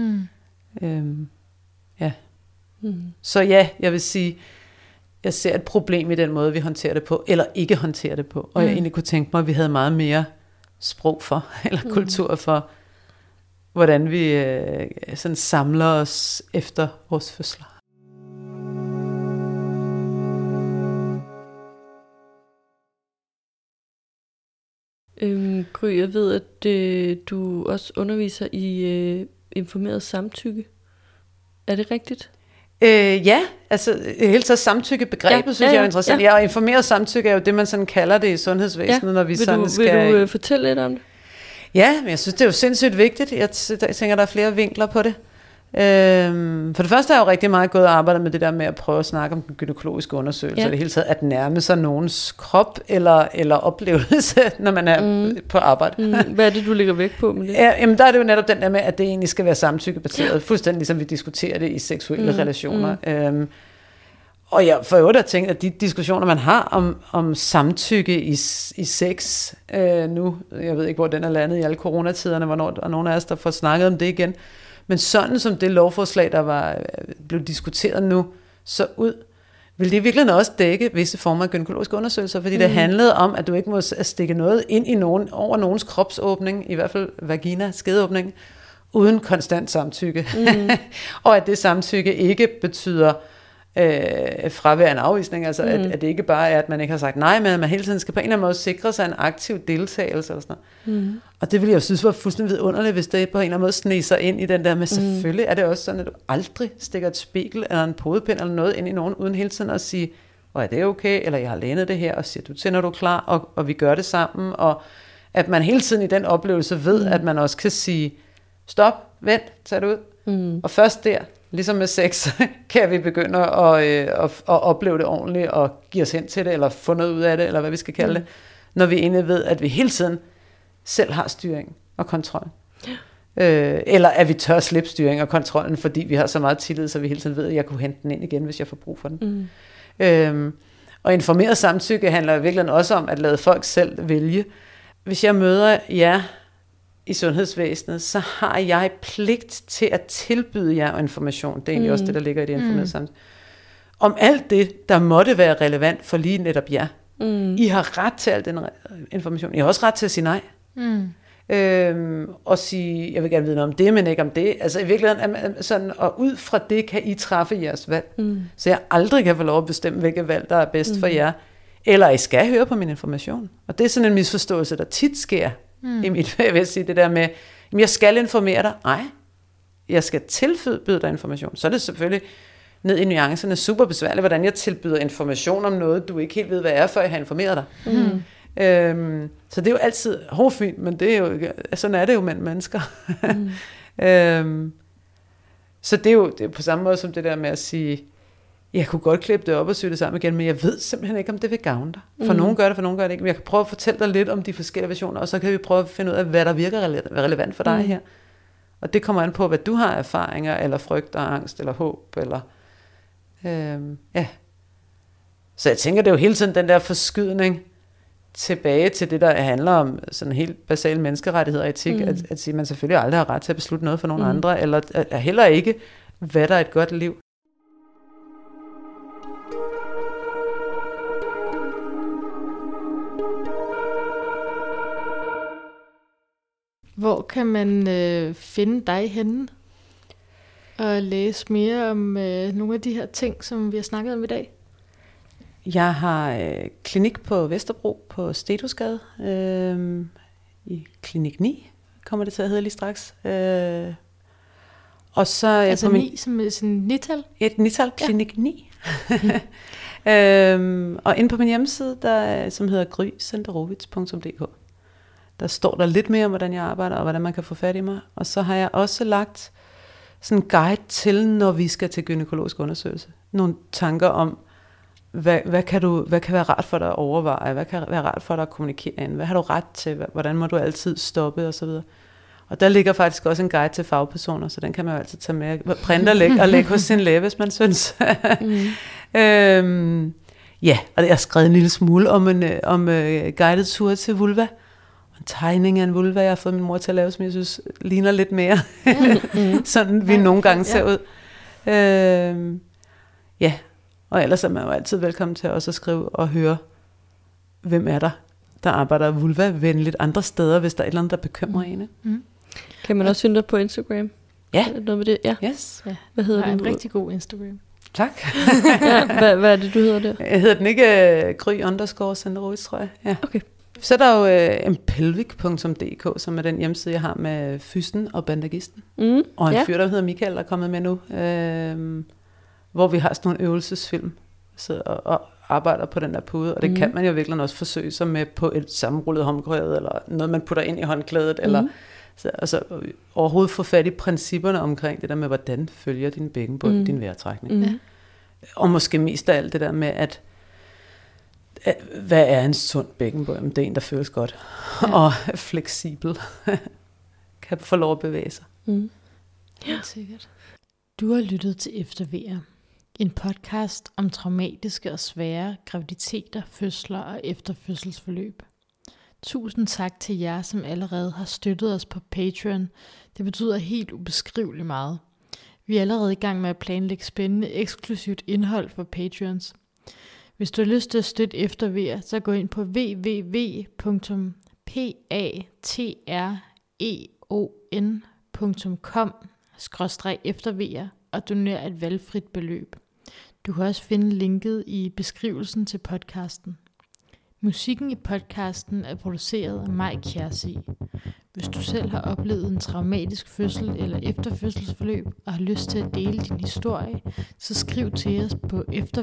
Så ja, jeg vil sige, jeg ser et problem i den måde, vi håndterer det på, eller ikke håndterer det på, og jeg egentlig kunne tænke mig, at vi havde meget mere sprog for, eller kultur for, hvordan vi sådan samler os efter vores fødsler. Gry, jeg ved, at du også underviser i informeret samtykke. Er det rigtigt? Ja, altså hele taget samtykkebegrebet, synes jeg er interessant. Ja, og informeret samtykke er jo det, man sådan kalder det i sundhedsvæsenet, når vi sådan skal... Vil du fortælle lidt om det? Ja, men jeg synes, det er jo sindssygt vigtigt. Jeg tænker, der er flere vinkler på det. For det første er jeg jo rigtig meget gået og arbejdet med det der med at prøve at snakke om den gynækologiske undersøgelse, og det hele taget at nærme sig nogens krop eller oplevelse, når man er på arbejde. Hvad er det, du lægger vægt på med det? Jamen der er det jo netop den der med, at det egentlig skal være samtykkebaseret, fuldstændig ligesom vi diskuterer det i seksuelle relationer. Og jeg får jo da tænkt, at de diskussioner, man har om samtykke i sex nu, jeg ved ikke, hvor den er landet i alle coronatiderne, hvornår der er nogen af os, der får snakket om det igen. Men sådan som det lovforslag, der blev diskuteret nu, så ud, vil det virkelig også dække visse former af gynækologiske undersøgelser, fordi det handlede om, at du ikke må stikke noget ind i over nogens kropsåbning, i hvert fald vagina, skedeåbning, uden konstant samtykke. Og at det samtykke ikke betyder fravær en afvisning, altså at det ikke bare er, at man ikke har sagt nej, men at man hele tiden skal på en eller anden måde sikre sig en aktiv deltagelse eller sådan noget. Og det ville jeg jo synes var fuldstændig vidunderligt, hvis det på en eller anden måde sneg sig ind i den der, men selvfølgelig er det også sådan, at du aldrig stikker et spiegel eller en podepind eller noget ind i nogen, uden hele tiden at sige, og er det okay, eller jeg har lænet det her, og siger, du når du er klar, og vi gør det sammen, og at man hele tiden i den oplevelse ved, at man også kan sige, stop, vent, tag det ud, og først der, ligesom med sex, kan vi begynde at opleve det ordentligt, og give os hen til det, eller få noget ud af det, eller hvad vi skal kalde det, når vi egentlig ved, at vi hele tiden selv har styringen og kontrollen. Eller at vi tør slippe styringen og kontrollen, fordi vi har så meget tillid, så vi hele tiden ved, at jeg kunne hente den ind igen, hvis jeg får brug for den. Og informeret samtykke handler virkelig også om at lade folk selv vælge. Hvis jeg møder jer i sundhedsvæsenet, så har jeg pligt til at tilbyde jer information. Det er egentlig også det, der ligger i det informerede samtykke. Om alt det, der måtte være relevant for lige netop jer. I har ret til al den information. I har også ret til at sige nej. Og sige, jeg vil gerne vide noget om det, men ikke om det. Altså i virkeligheden, sådan, og ud fra det kan I træffe jeres valg. Så jeg aldrig kan få lov at bestemme, hvilke valg, der er bedst for jer. Eller I skal høre på min information. Og det er sådan en misforståelse, der tit sker i mit, jeg vil sige det der med, jamen jeg skal informere dig. Nej, jeg skal tilbyde dig information. Så er det selvfølgelig ned i nuancerne super besværligt, hvordan jeg tilbyder information om noget, du ikke helt ved, hvad er, før jeg har informeret dig. Så det er jo altid hårfint, men det er jo, sådan er det jo med mennesker. Så det er jo på samme måde som det der med at sige, jeg kunne godt klippe det op og sy det sammen igen, men jeg ved simpelthen ikke, om det vil gavne dig. For nogen gør det, for nogen gør det ikke. Men jeg kan prøve at fortælle dig lidt om de forskellige versioner, og så kan vi prøve at finde ud af, hvad der virker relevant for dig her. Og det kommer an på, hvad du har erfaringer, eller frygt og angst, eller håb, eller Så jeg tænker, det er jo hele tiden den der forskydning tilbage til det, der handler om sådan helt basale menneskerettigheder og etik, at sige, at man selvfølgelig aldrig har ret til at beslutte noget for nogen andre, eller heller ikke, hvad der er et godt liv. Hvor kan man finde dig henne og læse mere om nogle af de her ting, som vi har snakket om i dag? Jeg har klinik på Vesterbro på Statusgade, i klinik 9, kommer det til at hedde lige straks. Og så altså 9 som sådan nital? Et nital, klinik 9. Og inde på min hjemmeside, som hedder grysenderovitz.dk, der står der lidt mere om, hvordan jeg arbejder, og hvordan man kan få fat i mig. Og så har jeg også lagt sådan en guide til, når vi skal til gynækologisk undersøgelse. Nogle tanker om, hvad kan være rart for dig at overveje? Hvad kan være rart for dig at kommunikere ind? Hvad har du ret til? Hvordan må du altid stoppe? Og så videre. Og der ligger faktisk også en guide til fagpersoner, så den kan man jo altid tage med, printe og lægge hos sin læge, hvis man synes. Ja, og jeg har skrevet en lille smule om guided tur til vulva. En tegning af en vulva, jeg har fået min mor til at lave, som jeg synes ligner lidt mere, sådan vi nogle gange ser ud. Ja, og ellers er man jo altid velkommen til også at skrive og høre, hvem er der arbejder vulva-venligt andre steder, hvis der er et eller andet, der bekymrer en. Kan man også finde dig på Instagram? Ja. Noget med det? Ja. Yes. Ja. Hvad hedder den? En rigtig god Instagram. Tak. Hvad er det, du hedder der? Jeg hedder den ikke gry_senderovitz, tror jeg. Ja. Okay. Så er der jo empelvic.dk, som er den hjemmeside, jeg har med fysen og bandagisten. Og en fyr, der hedder Michael, der er kommet med nu, hvor vi har sådan nogle øvelsesfilm og arbejder på den der pude, og det kan man jo virkelig også forsøge sig med på et sammenrullet håndklæde, eller noget, man putter ind i håndklædet, eller altså overhovedet få fat i principperne omkring det der med, hvordan følger din bækkenbund, din vejrtrækning. Og måske mest af alt det der med, at hvad er en sund bækkenbund? Det er en, der føles godt og fleksibel, kan få lov at bevæge sig. Ja, sikkert. Du har lyttet til Eftervejer, en podcast om traumatiske og svære graviditeter, fødsler og efterfødselsforløb. Tusind tak til jer, som allerede har støttet os på Patreon. Det betyder helt ubeskriveligt meget. Vi er allerede i gang med at planlægge spændende, eksklusivt indhold for Patreons. Hvis du har lyst til at støtte Eftervejer, så gå ind på www.patreon.com/eftervejer og doner et valgfrit beløb. Du kan også finde linket i beskrivelsen til podcasten. Musikken i podcasten er produceret af Maj Kjærsig. Hvis du selv har oplevet en traumatisk fødsel eller efterfødselsforløb og har lyst til at dele din historie, så skriv til os på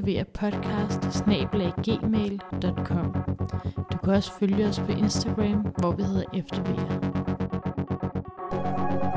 eftervejerpodcast@gmail.com. Du kan også følge os på Instagram, hvor vi hedder Eftervejer.